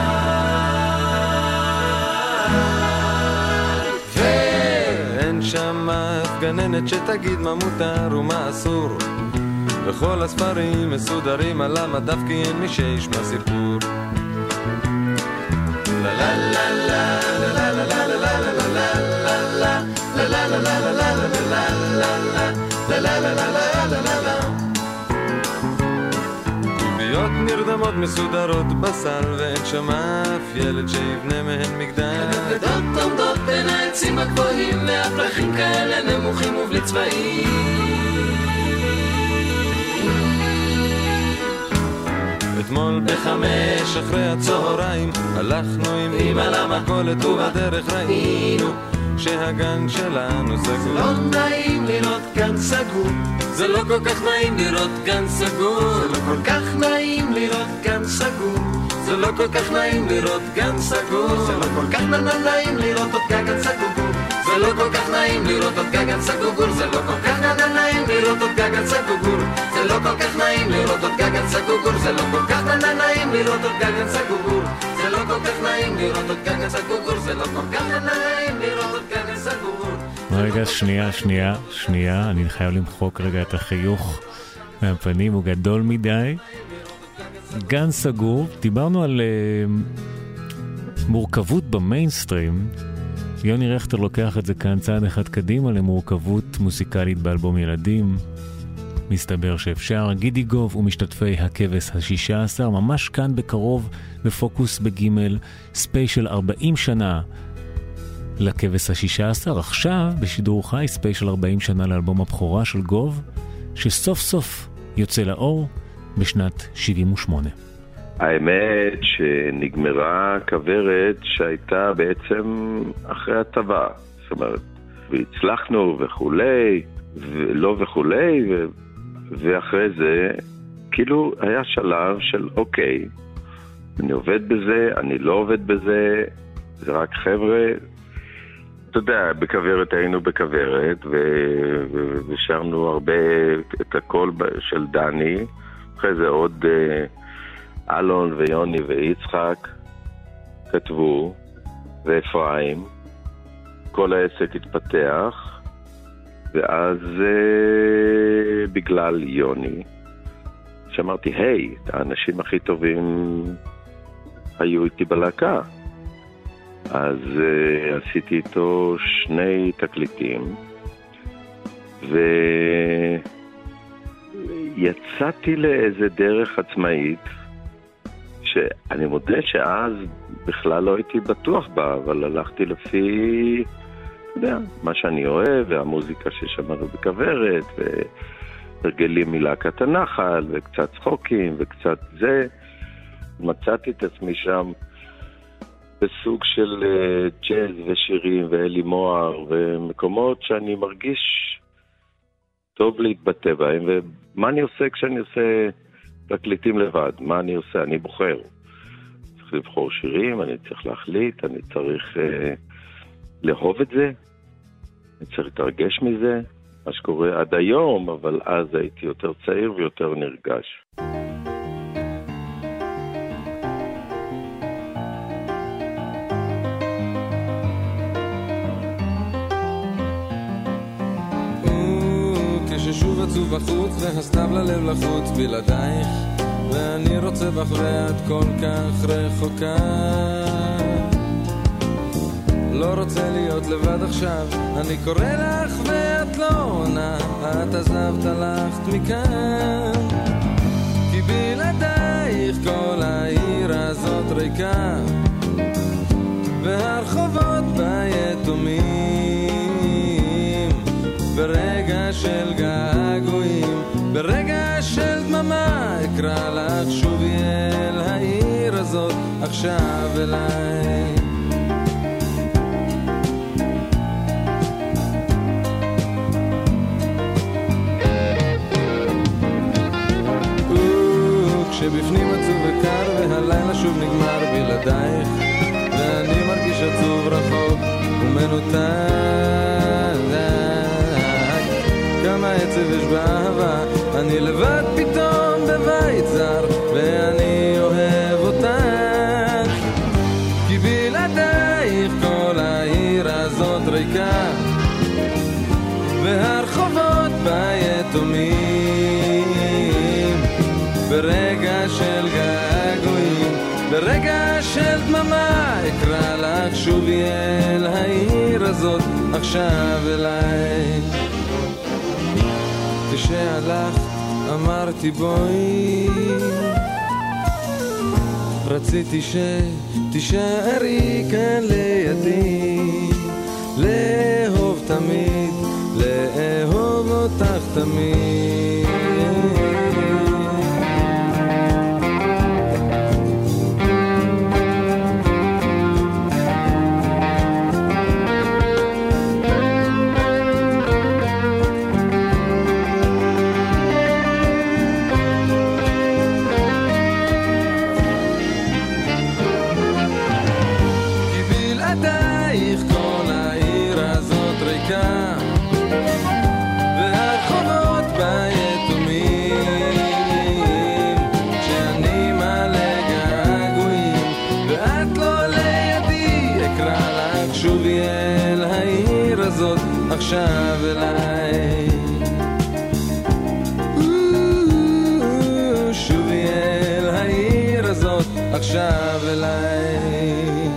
מגדל. ואין שם אף גננת שתגיד מה מותר ומה אסור, וכל הספרים מסודרים על המדף כי אין מי שישמע סיפור. קוביות נרדמות מסודרות בסל, ואין שם אף ילד שיבנה מהן מגדל. הגדות עומדות בין העצים הגבוהים, והפרחים כאלה נמוכים ובלי צבעים. אתמול ב5 אחרי הצהריים הלכנו עם אמא למכולת, ובדרך ראינו שהגן שלנו סגור. זה לא נעים לראות גן סגור, זה לא כל כך נעים לראות גן סגור, זה לא כל כך נעים לראות גן סגור, זה לא כל כך נעים לראות גן סגור, זה לא כל כך נעים לראות עוד גגן סגור, זה לא כל כך נעים לראות עוד גגן סגור, זה לא כל כך נעים לראות עוד גגן סגור, זה לא כל כך נעים לראות עוד גגן סגור, זה לא כל כך נעים לראות עוד גגן סגור, זה לא כל כך נעים לראות עוד גגן סגור, זה לא כל כך נעים לראות עוד גגן סגור. רגע, שנייה, אני חייב למחוק רגע את החיוך מהפנים, הוא גדול מדי. גן סגור, דיברנו על מורכבות במיינסטרים. יוני רכטר לוקח את זה כאן צעד אחד קדימה למורכבות מוסיקלית באלבום ילדים. מסתבר שאפשר. גידי גוב ומשתתפי הכבש ה-16, ממש כאן בקרוב בפוקוס בגימל, ספיישל 40 שנה לכבש ה-16, עכשיו בשידור חי ספיישל 40 שנה לאלבום הבכורה של גוב, שסוף סוף יוצא לאור בשנת 78. האמת שנגמרה כברת שהייתה בעצם אחרי הטבע, זאת אומרת, והצלחנו וכולי, ולא וכולי, ואחרי זה כאילו היה שלב של אוקיי, אני עובד בזה, אני לא עובד בזה, זה רק חבר'ה, אתה יודע, בכברת היינו בכברת, ושרנו הרבה את הקול של דני, אחרי זה עוד אלון ויוני ויצחק כתבו, ואפרים, כל העסק התפתח, ואז בגלל יוני, שאמרתי, היי, האנשים הכי טובים היו איתי בלהקה. אז עשיתי איתו 2 תקליטים, ויצאתי לאיזה דרך עצמאית, שאני מודה שאז בכלל לא הייתי בטוח בה, אבל הלכתי לפי, אתה יודע, מה שאני אוהב, והמוזיקה ששמענו בכברת, והרגלים מלהקת הנחל, וקצת צחוקים, וקצת זה. מצאתי את עצמי שם בסוג של ג'אז ושירים ואלי מוהר, ומקומות שאני מרגיש טוב להתבטא בהם. ומה אני עושה כשאני עושה תקליטים לבד? מה אני עושה? אני בוחר. צריך לבחור שירים, אני צריך להחליט, אני צריך לאהוב את זה, אני צריך להתרגש מזה, מה שקורה עד היום, אבל אז הייתי יותר צעיר ויותר נרגש. כששוב עצוב בחוץ והסתיו ללב לחוץ בלעדייך, ואני רוצה בך ואת כל כך רחוקה, לא רוצה להיות לבד עכשיו, אני קורא לך ואת לא עונה, את עזבת הלכת מכאן, כי בלעדייך כל העיר הזאת ריקה, והרחובות ביתומים, ברגע של געגועים, ברגע של דממה, אקרא לך שובי אל העיר הזאת, עכשיו אליי. כשבפנים עצוב וקר והלילה שוב נגמר בלעדייך, ואני מרגיש עצוב רחוק ומנותק, כמה עצב יש באהבה, אני לבד פתאום בבית זר, ואני אוהב אותך, כי בלעדייך כל העיר הזאת ריקה, והרחובות ביתומים, ברגע של געגועים, ברגע של דממה, אקרא שובי אל העיר הזאת עכשיו אליי. כשהלכת אמרתי בואי, רציתי שתישארי כאן לידי, לאהוב תמיד, לאהוב אותך תמיד. עכשיו אליי, שובי אל העיר הזאת עכשיו אליי.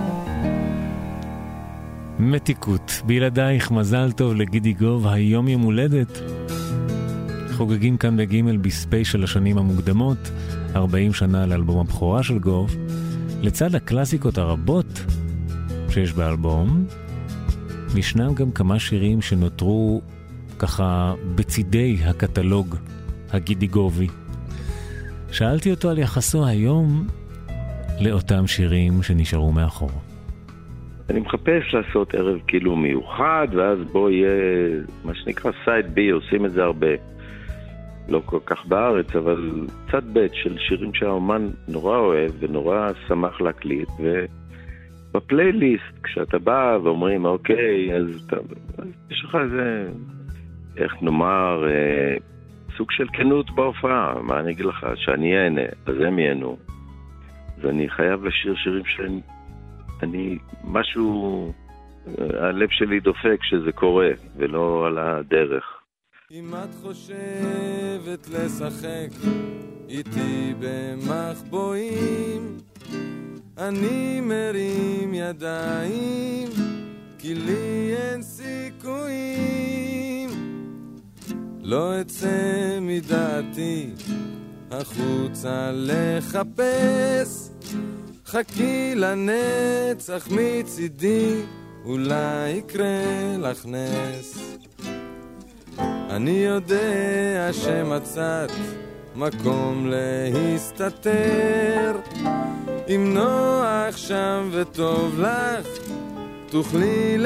מתיקות, בלעדייך מזל טוב לגידי גוב, היום יום הולדת. חוגגים כאן בגימל בספיישל השנים המוקדמות, 40 שנה לאלבום הבכורה של גוב. לצד הקלאסיקות הרבות שיש באלבום, ישנם גם כמה שירים שנותרו ככה בצידי הקטלוג הגידי גובי. שאלתי אותו על יחסו היום לאותם שירים שנשארו מאחור. אני מחפש לעשות ערב כאילו מיוחד, ואז בו יהיה מה שנקרא סייד בי, עושים את זה הרבה. לא כל כך בארץ, אבל צד בית של שירים שהאומן נורא אוהב ונורא שמח להקליט, בפלייליסט, כשאתה בא ואומרים, אוקיי, אז יש לך איזה, איך נאמר, סוג של כנות בהופעה. מה אני אגיד לך? שאני אהנה, אז הם יהנו. אז אני חייב לשיר שירים שאני, משהו, הלב שלי דופק שזה קורה, ולא על הדרך. אם את חושבת לשחק איתי במחבואים, אני מרים ידיים, כי לי אין סיכויים. לא אצא מדעתי החוצה לחפש, חכי לנצח מצידי, אולי יקרה לך נס. אני יודע שמצאת מקום להסתתר, אם נוח שם וטוב לך, תוכלי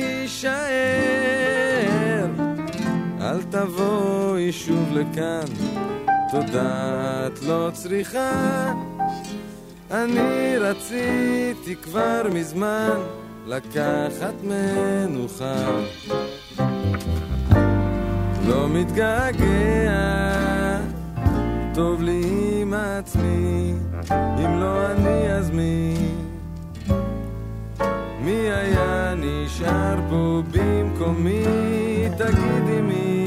להישאר. אל תבואי שוב לכאן, תודה את לא צריכה. אני רציתי כבר מזמן לקחת מנוחה. לא מתגעגע, טוב לי עם עצמי, אם לא אני אז מי? מי היה נשאר פה במקומי? תגידי מי?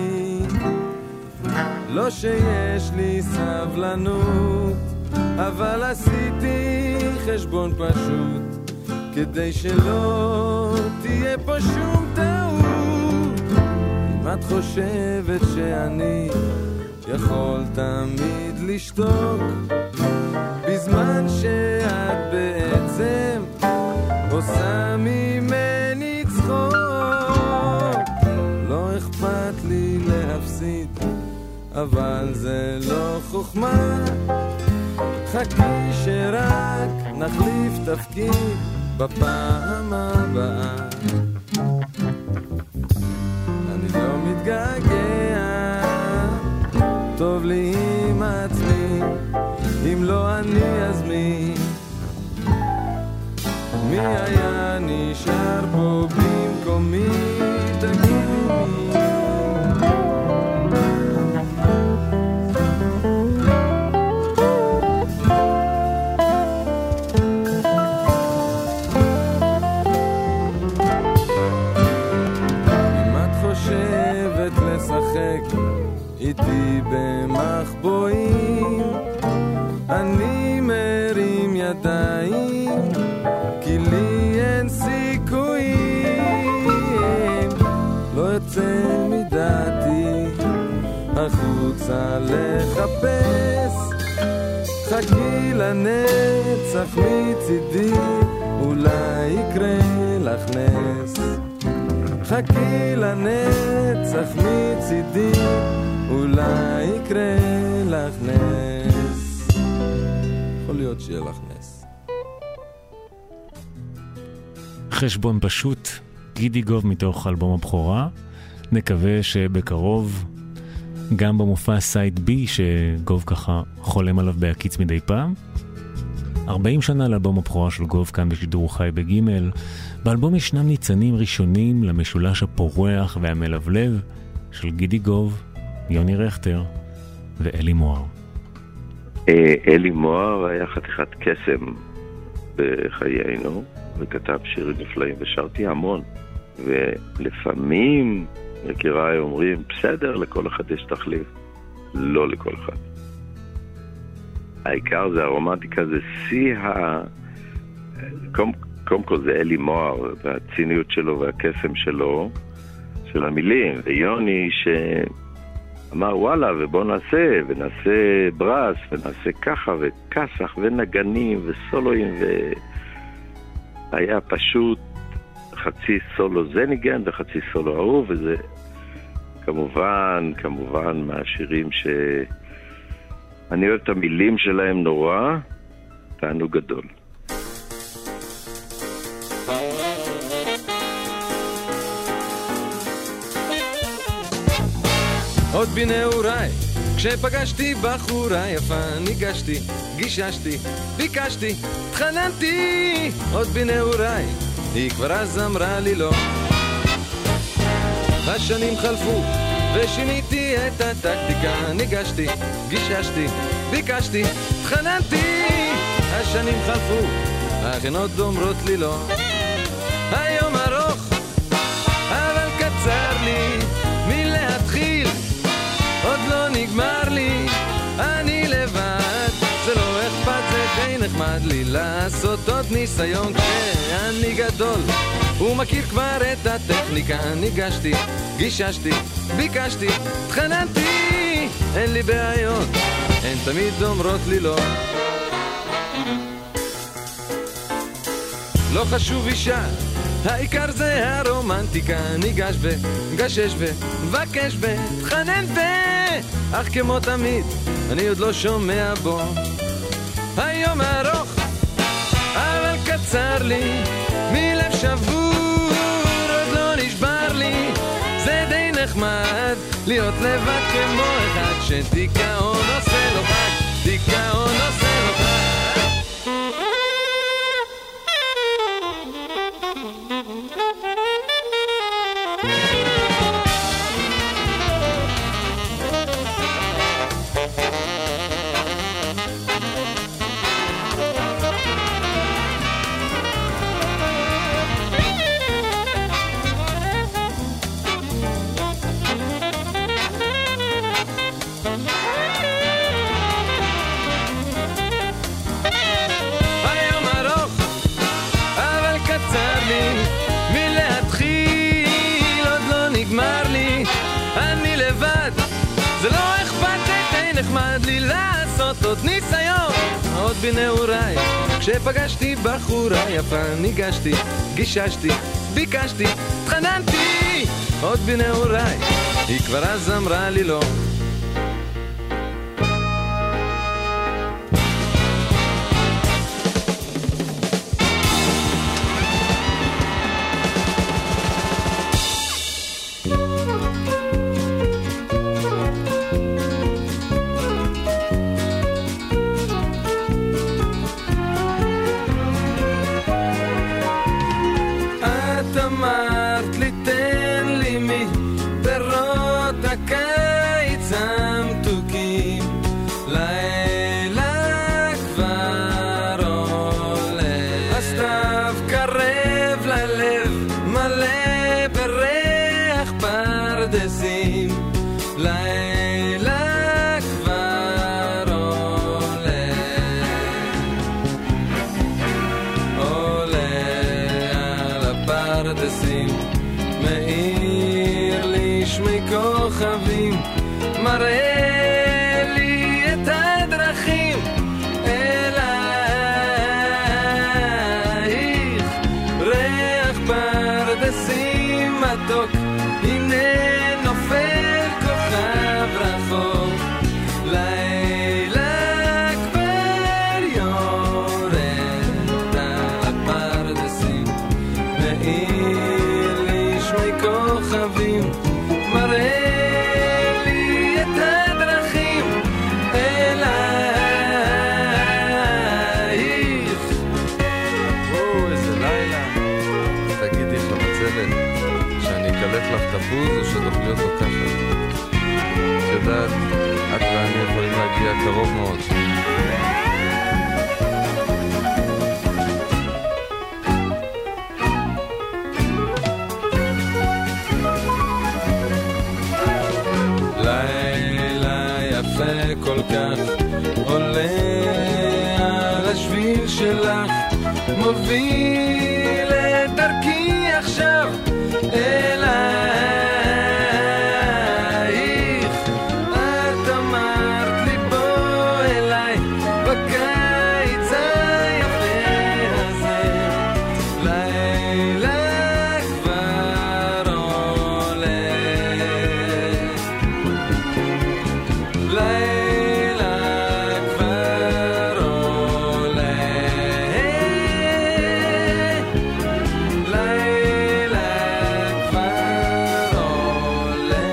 לא שיש לי סבלנות, אבל עשיתי חשבון פשוט, כדי שלא תהיה פה שום טעות. אם את חושבת שאני יכול תמיד לשתוק, בזמן שאת בעצם עושה ממני צחוק, לא אכפת לי להפסיד, אבל זה לא חוכמה. חכי שרק נחליף תפקיד בפעם הבאה. אני לא מתגעגע, טוב לי עם עצמי, אם לא אני אז מי? מי היה נשאר פה במקומי? תגידי מי? לשחק איתי במחבואים, אני מרים ידיים, כי לי החוצה לחפש. חכי לנצח מצידי, אולי יקרה לך נס. חכי לנצח מצידי, אולי יקרה לך נס. יכול להיות שיהיה לך נס. חשבון פשוט, גידי גוב מתוך אלבום הבכורה. נקווה שבקרוב גם במופע סייד בי שגוב ככה חולם עליו בהקיץ מדי פעם. 40 שנה לאלבום הבכורה של גוב כאן בשידור חי בגימל. באלבום ישנם ניצנים ראשונים למשולש הפורח והמלבלב של גידי גוב, יוני רכטר ואלי מוהר. אלי מוהר היה חתיכת קסם בחיינו, וכתב שירים נפלאים ושרתי המון. ולפעמים יקיריי אומרים, בסדר, לכל אחד יש תחליף. לא לכל אחד. העיקר זה הרומנטיקה, זה שיא קודם כל זה אלי מוהר, והציניות שלו והקסם שלו, של המילים. ויוני שאמר וואלה, ובוא נעשה, ונעשה ברס, ונעשה ככה, וכסח, ונגנים, וסולואים, והיה פשוט חצי סולו זה ניגן וחצי סולו אהוב, וזה כמובן מהשירים שאני אוהב את המילים שלהם נורא, תענוג גדול. עוד בנעוריי, כשפגשתי בחורה יפה, ניגשתי, גיששתי, ביקשתי, התחננתי. עוד בנעוריי, היא כבר אז אמרה לי לא. השנים חלפו ושיניתי את הטקטיקה, ניגשתי, גיששתי, ביקשתי, התחננתי. השנים חלפו, אך הן עוד אומרות לי לא. היום ארוך, אבל קצר לי מלהתחיל, עוד לא נגמר לי, אני לבד. זה לא אכפת, זה די נחמד לי לעשות עוד ניסיון כשאני גדול ומכיר כבר את הטכניקה. ניגשתי, גיששתי, ביקשתי, התחננתי. אין לי בעיות, הן תמיד אומרות לי לא. לא חשוב אישה, העיקר זה הרומנטיקה. ניגש וגשש ובקש ותחנן אך כמו תמיד אני עוד לא שומע בו. היום ארוך אבל קצר לי, מלב שבור עוד לא נשבר לי. זה די נחמד להיות לבד כמו אחד שדיכאון עושה לו חג, דיכאון עושה לו חג. בנעוריי, כשפגשתי בחורה יפה, ניגשתי, גיששתי, ביקשתי, התחננתי. עוד בנעוריי, היא כבר אז אמרה לי לא. מראה לי את הדרכים אלייך, ריח פרדסים מתוק, הנה נופל כוכב רחוק, לילה כבר יורד על הפרדסים, מאיר לי שמי כוכבים, מראה לי את הדרכים אלייך. איזה לילה. תגידי חבצלת, שאני אקלף לך תפוז או שתאכלי אותו ככה? את יודעת, את ואני יכולים להגיע קרוב מאוד. לילה יפה כל כך עולה על השביל שלך, מוביל את דרכי עכשיו אלייך. את אמרת לי בוא אליי בקיץ היפה הזה, לילה כבר עולה, לילה כבר עולה, לילה כבר עולה.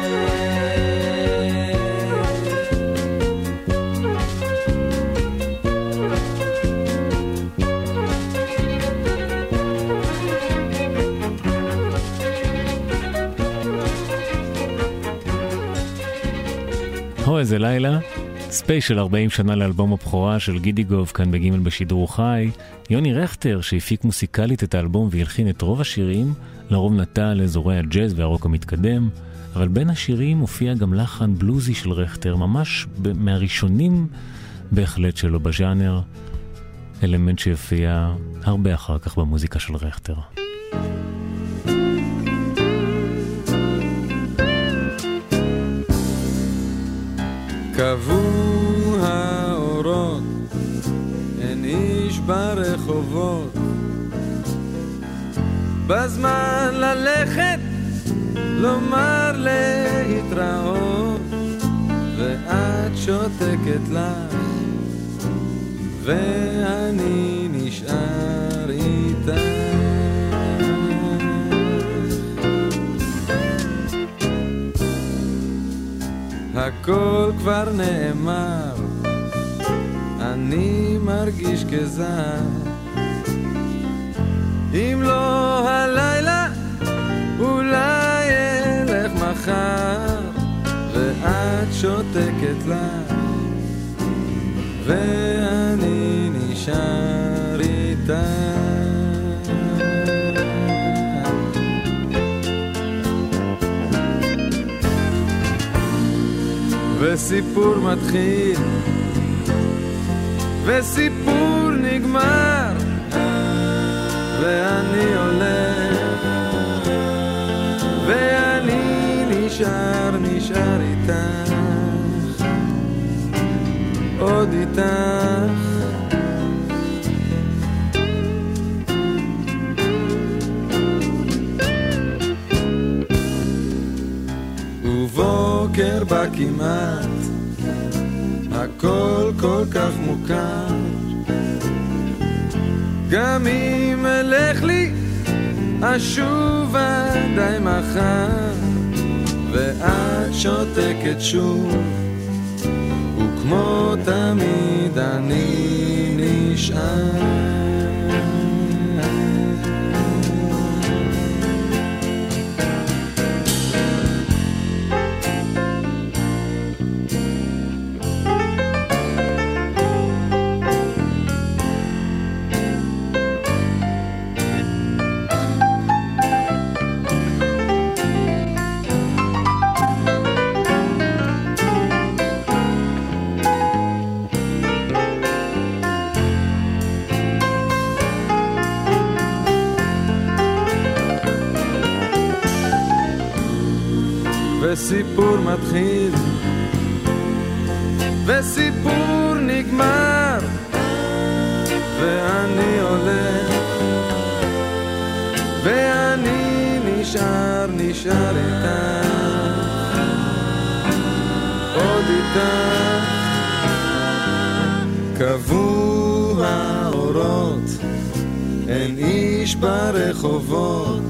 איזה לילה, ספיישל 40 שנה לאלבום הבכורה של גידיגוב כאן בגימל בשידור חי. יוני רכטר שהפיק מוסיקלית את האלבום והלחין את רוב השירים, לרוב נטע לאזורי הג'אז והרוק המתקדם, אבל בין השירים הופיע גם לחן בלוזי של רכטר, ממש מהראשונים בהחלט שלו בז'אנר, אלמנט שיופיע הרבה אחר כך במוזיקה של רכטר. קבעו האורות, אין איש ברחובות, בזמן ללכת לומר להתראות, ואת שותקת לך ואני נשאר איתך. הכל כבר נאמר, אני מרגיש כזר, אם לא הלילה אולי אלך מחר, ואת שותקת לך ואני נשאר איתך. וסיפור מתחיל וסיפור נגמר, ואני הולך ואני נשאר איתך, עוד איתך. ובוקר בא כמעט, הכל כל כך מוכר, גם אם אלך לי אשוב די מחר, ואת שותקת שוב, וכמו תמיד אני נשאר. וסיפור מתחיל וסיפור נגמר ואני הולך ואני נשאר איתה עוד איתה קבעו האורות אין איש ברחובות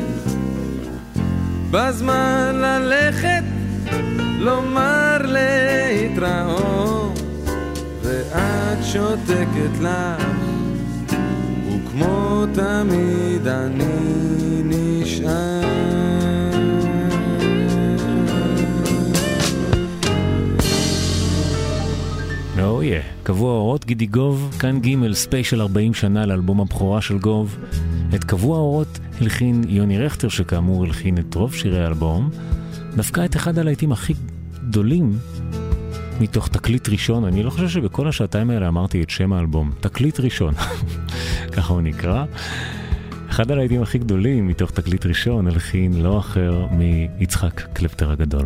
בזמן ללכת לומר להתראות ואת שותקת לך וכמו תמיד אני נשאר קבוע אורות גידי גוב, כאן ג' ספיישל 40 שנה לאלבום הבכורה של גוב. את קבוע אורות הלחין יוני רכטר שכאמור הלחין את רוב שירי האלבום. דווקא את אחד הלהיטים הכי גדולים מתוך תקליט ראשון, אני לא חושב שבכל השעתיים האלה אמרתי את שם האלבום, תקליט ראשון, ככה הוא נקרא. אחד הלהיטים הכי גדולים מתוך תקליט ראשון הלחין לא אחר מיצחק קלפטר הגדול.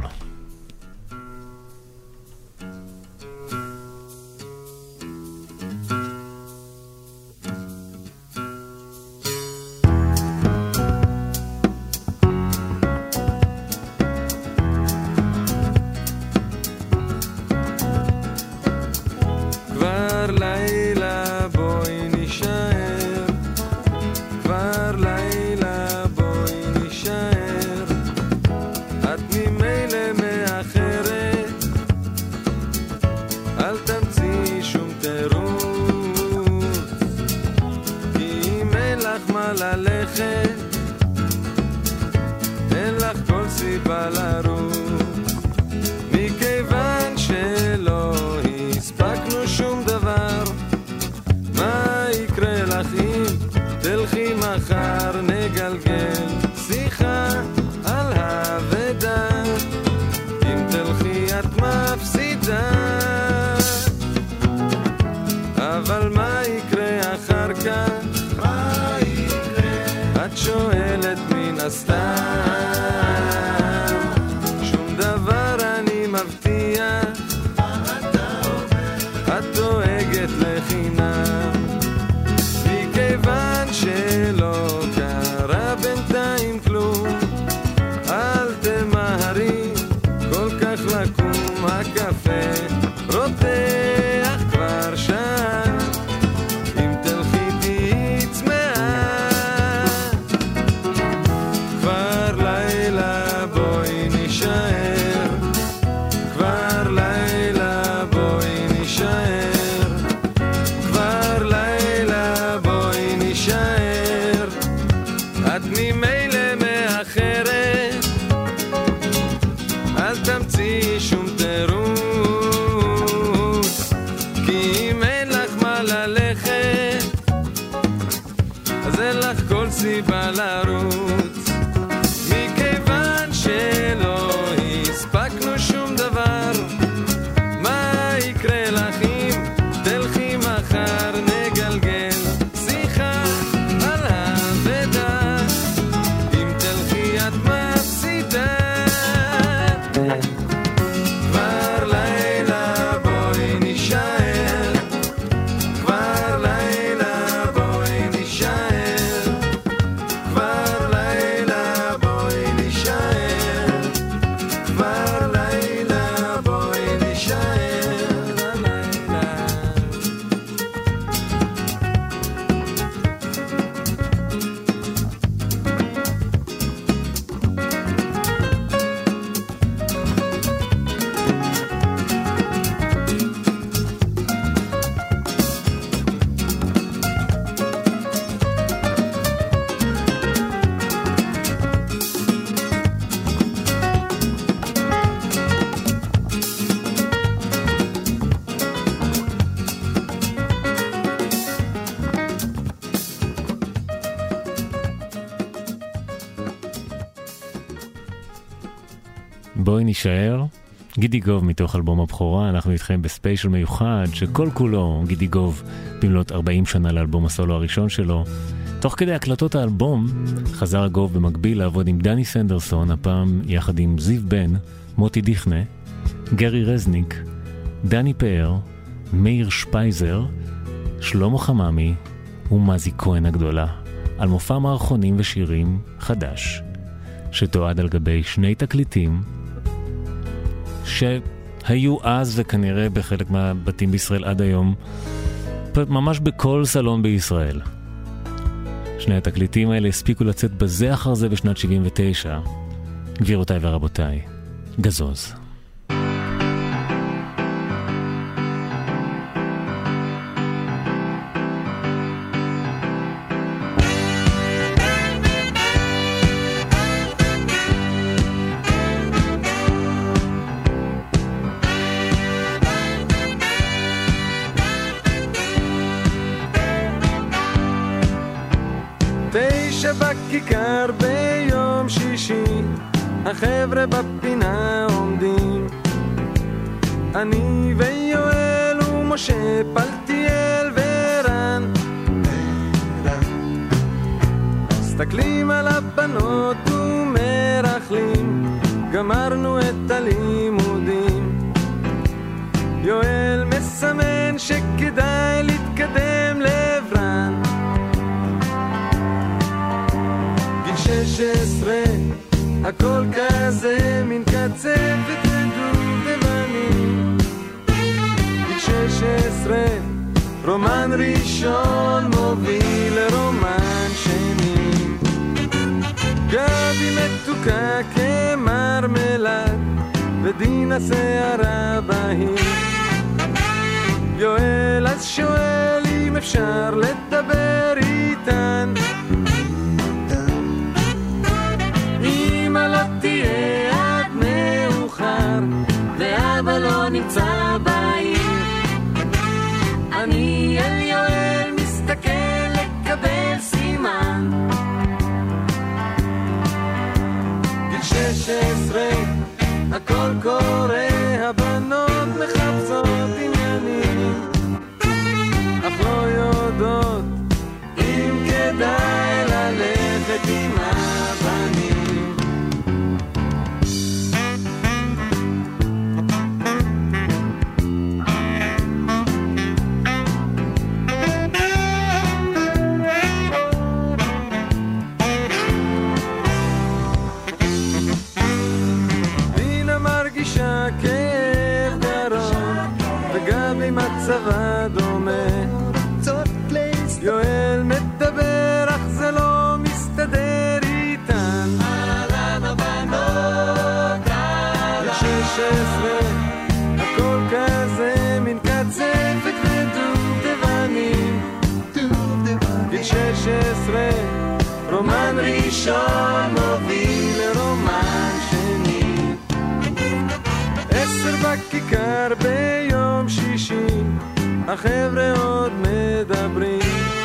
בואי נשאר, גידי גוב מתוך אלבום הבכורה. אנחנו איתכם בספיישל מיוחד שכל כולו גידי גוב במלאת 40 שנה לאלבום הסולו הראשון שלו. תוך כדי הקלטות האלבום חזר גוב במקביל לעבוד עם דני סנדרסון, הפעם יחד עם זיו בן, מוטי דיכנה, גרי רזניק דני פאר, מאיר שפייזר, שלמה חממי ומזי כהן הגדולה, על מופע מערכונים ושירים חדש, שתועד על גבי 2 תקליטים, שהיו אז וכנראה בחלק מהבתים בישראל עד היום, ממש בכל סלון בישראל. 2 התקליטים האלה הספיקו לצאת בזה אחר זה בשנת 79. גבירותיי ורבותיי, גזוז. בכיכר ביום שישי, החבר'ה בפינה עומדים, אני ויואל ומשה, פלטיאל ורן, מסתכלים על הבנות ומרחלים, גמרנו את הלימודים. יואל מסמן שכדאי להתקדם לעברן, 16, הכל כזה מין קצפת ודובדבנים. גיל 16, רומן ראשון מוביל לרומן שני. גבי מתוקה כמרמלד ודינה שערה בהיר. יואל אז שואל אם אפשר לדבר איתן, לא תהיה עד מאוחר ואבא לא נמצא בעיר. אני אל יואל מסתכל לקבל סימן. גיל 16, הכל קורה, הבנות מחפשות עניינים, אך לא יודעות אם כדאי ללכת עם הבנים. מצבה דומה, יואל מדבר אך זה לא מסתדר איתן. אהלן הבנות, אהלן. 16, הכל כזה מין קצפת ודובדבנים. גיל 16, רומן ראשון מוביל לרומן שני. 10 בכיכר ביום שישי, החבר'ה עוד מדברים,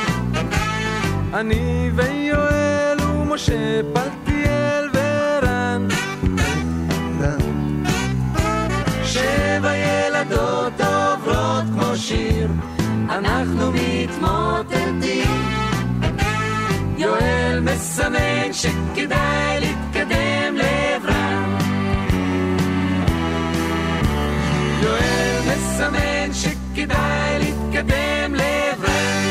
אני ויואל ומשה, פלטיאל ורן. 7 ילדות עוברות כמו שיר, אנחנו מתמוטטים. יואל מסמן שכדאי להתקדם לעברן. יואל מסמן שכדאי להתקדם לעברן.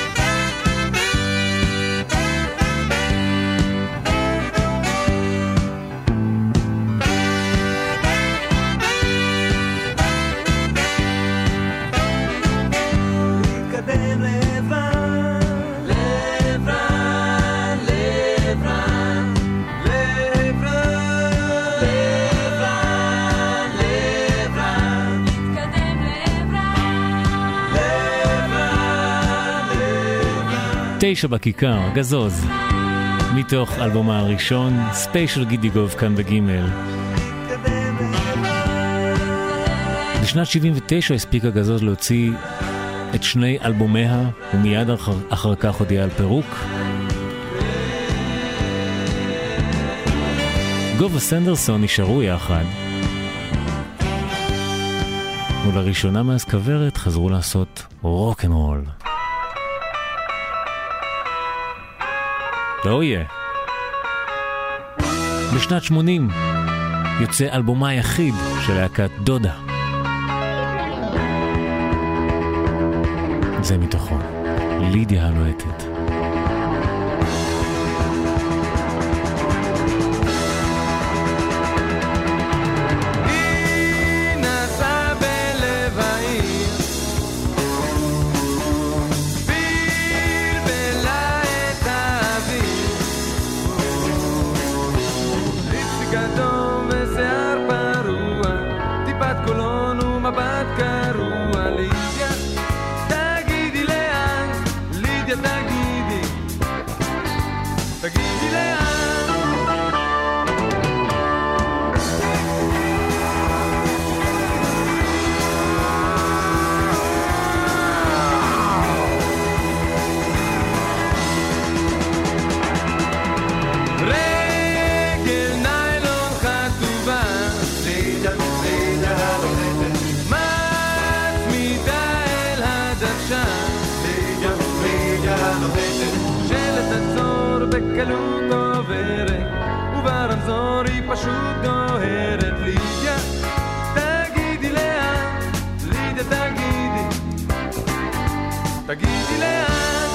להתקדם לעברן, לעברן, לעברן, לעברן, לעברן, להתקדם לעברן. 9 בכיכר, גזוז, מתוך אלבומה הראשון, ספיישל גידיגוב כאן בגימל. בשנת 79 הספיקה גזוז להוציא את 2 אלבומיה, ומיד אחר כך הודיעה על פירוק. גוב וסנדרסון נשארו יחד, ולראשונה מאז כברת חזרו לעשות רוק'נ'רול. לא יהיה. בשנת 80 יוצא אלבומה היחיד של להקת דודה. זה מתוכו, לידיה הלוהטת. בקלות עוברת, וברמזור היא פשוט דוהרת. לידיה, תגידי לאן, לידיה תגידי לאן.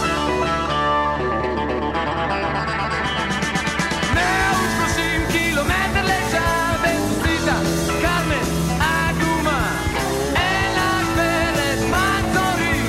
130 קילומטר לשעה בסוסיתא, קרמן, אדומה, אין לה גברת מעצורים.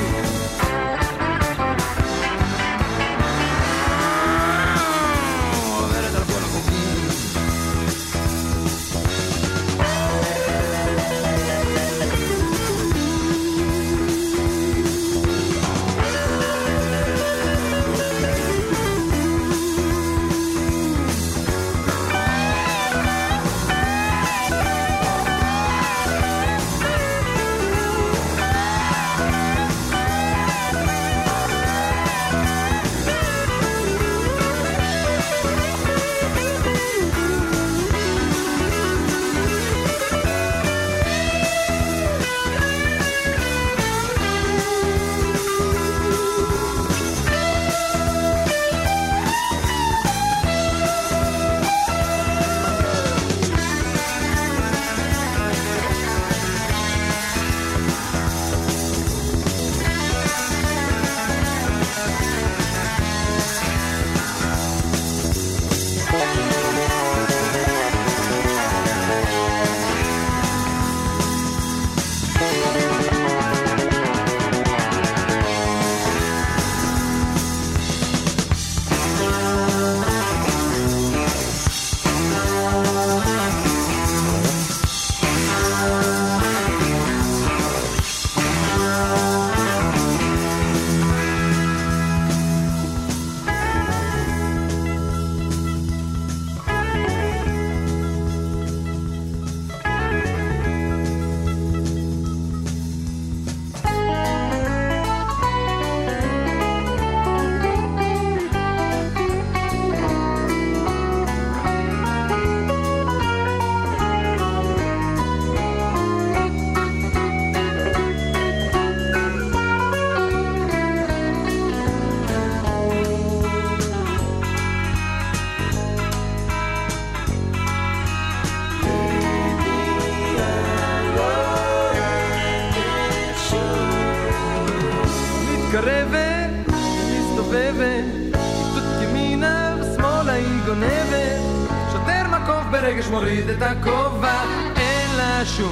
מתקרבת, מסתובבת, שטות ימינה ושמאלה היא גונבת, שוטר מקוף ברגש מוריד את הכובע, אין לה שום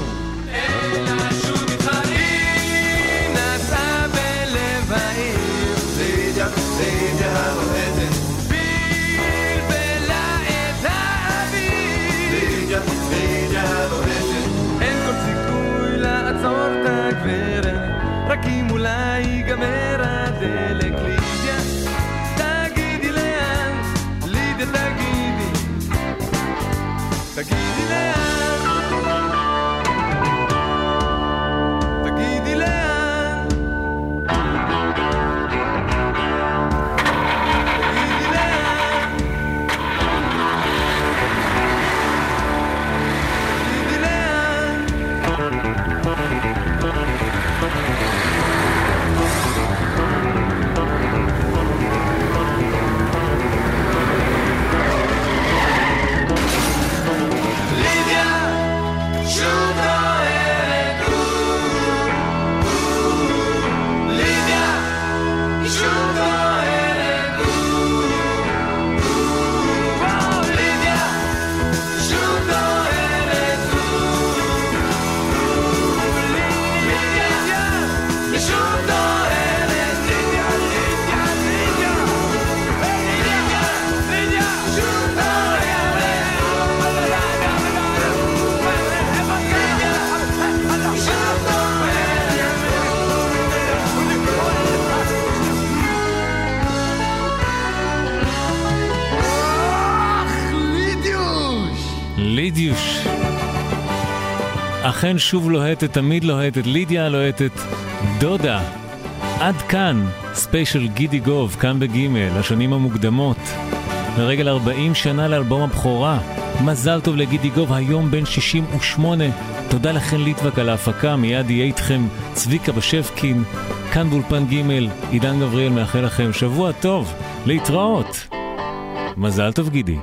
מתחרים. היא נסעה בלב העיר, לידיה הלוהטת, בלבלה את האוויר, לידיה הלוהטת, אין כל סיכוי לעצור את הגברת, רק אם אולי ייגמר הדלק. לידיה, תגידי לאן, לידיה תגידי לאן, תגידי לאן, תגידי לאן, תגידי לאן. לידיה חן שוב לוהטת, תמיד לוהטת, לידיה לוהטת, דודה. עד כאן, ספיישל גידי גוב, כאן בגימל, השנים המוקדמות. לרגל 40 שנה לאלבום הבכורה. מזל טוב לגידי גוב, היום בן 68. תודה לכן ליטבק על ההפקה, מיד יהיה איתכם צביקה בשפקין. כאן באולפן גימל, עידן גבריאל מאחל לכם שבוע טוב, להתראות. מזל טוב גידי.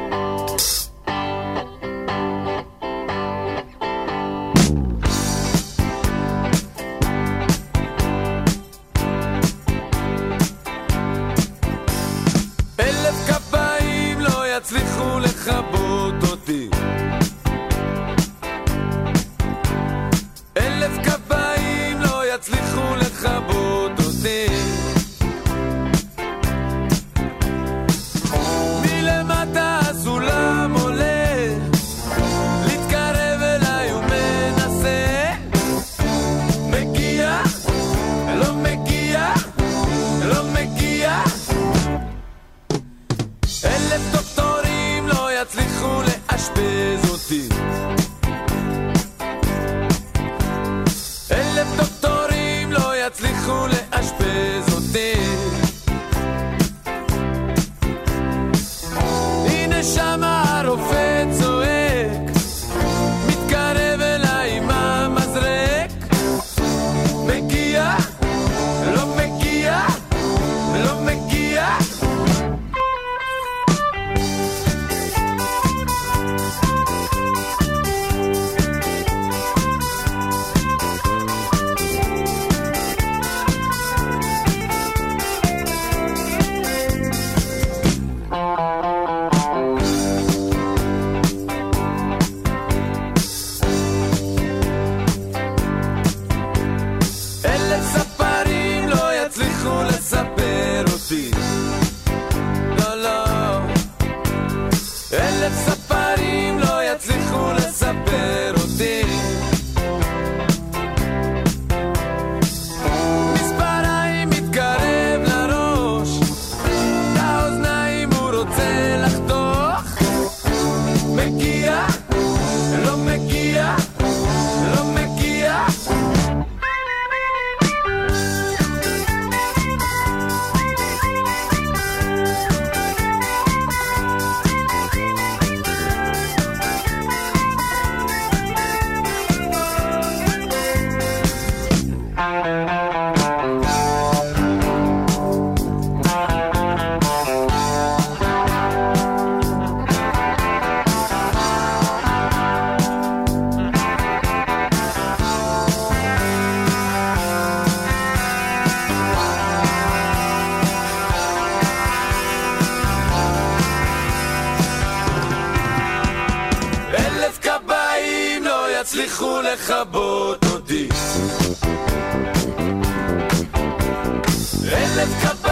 יצליחו לכבות אותי. 1000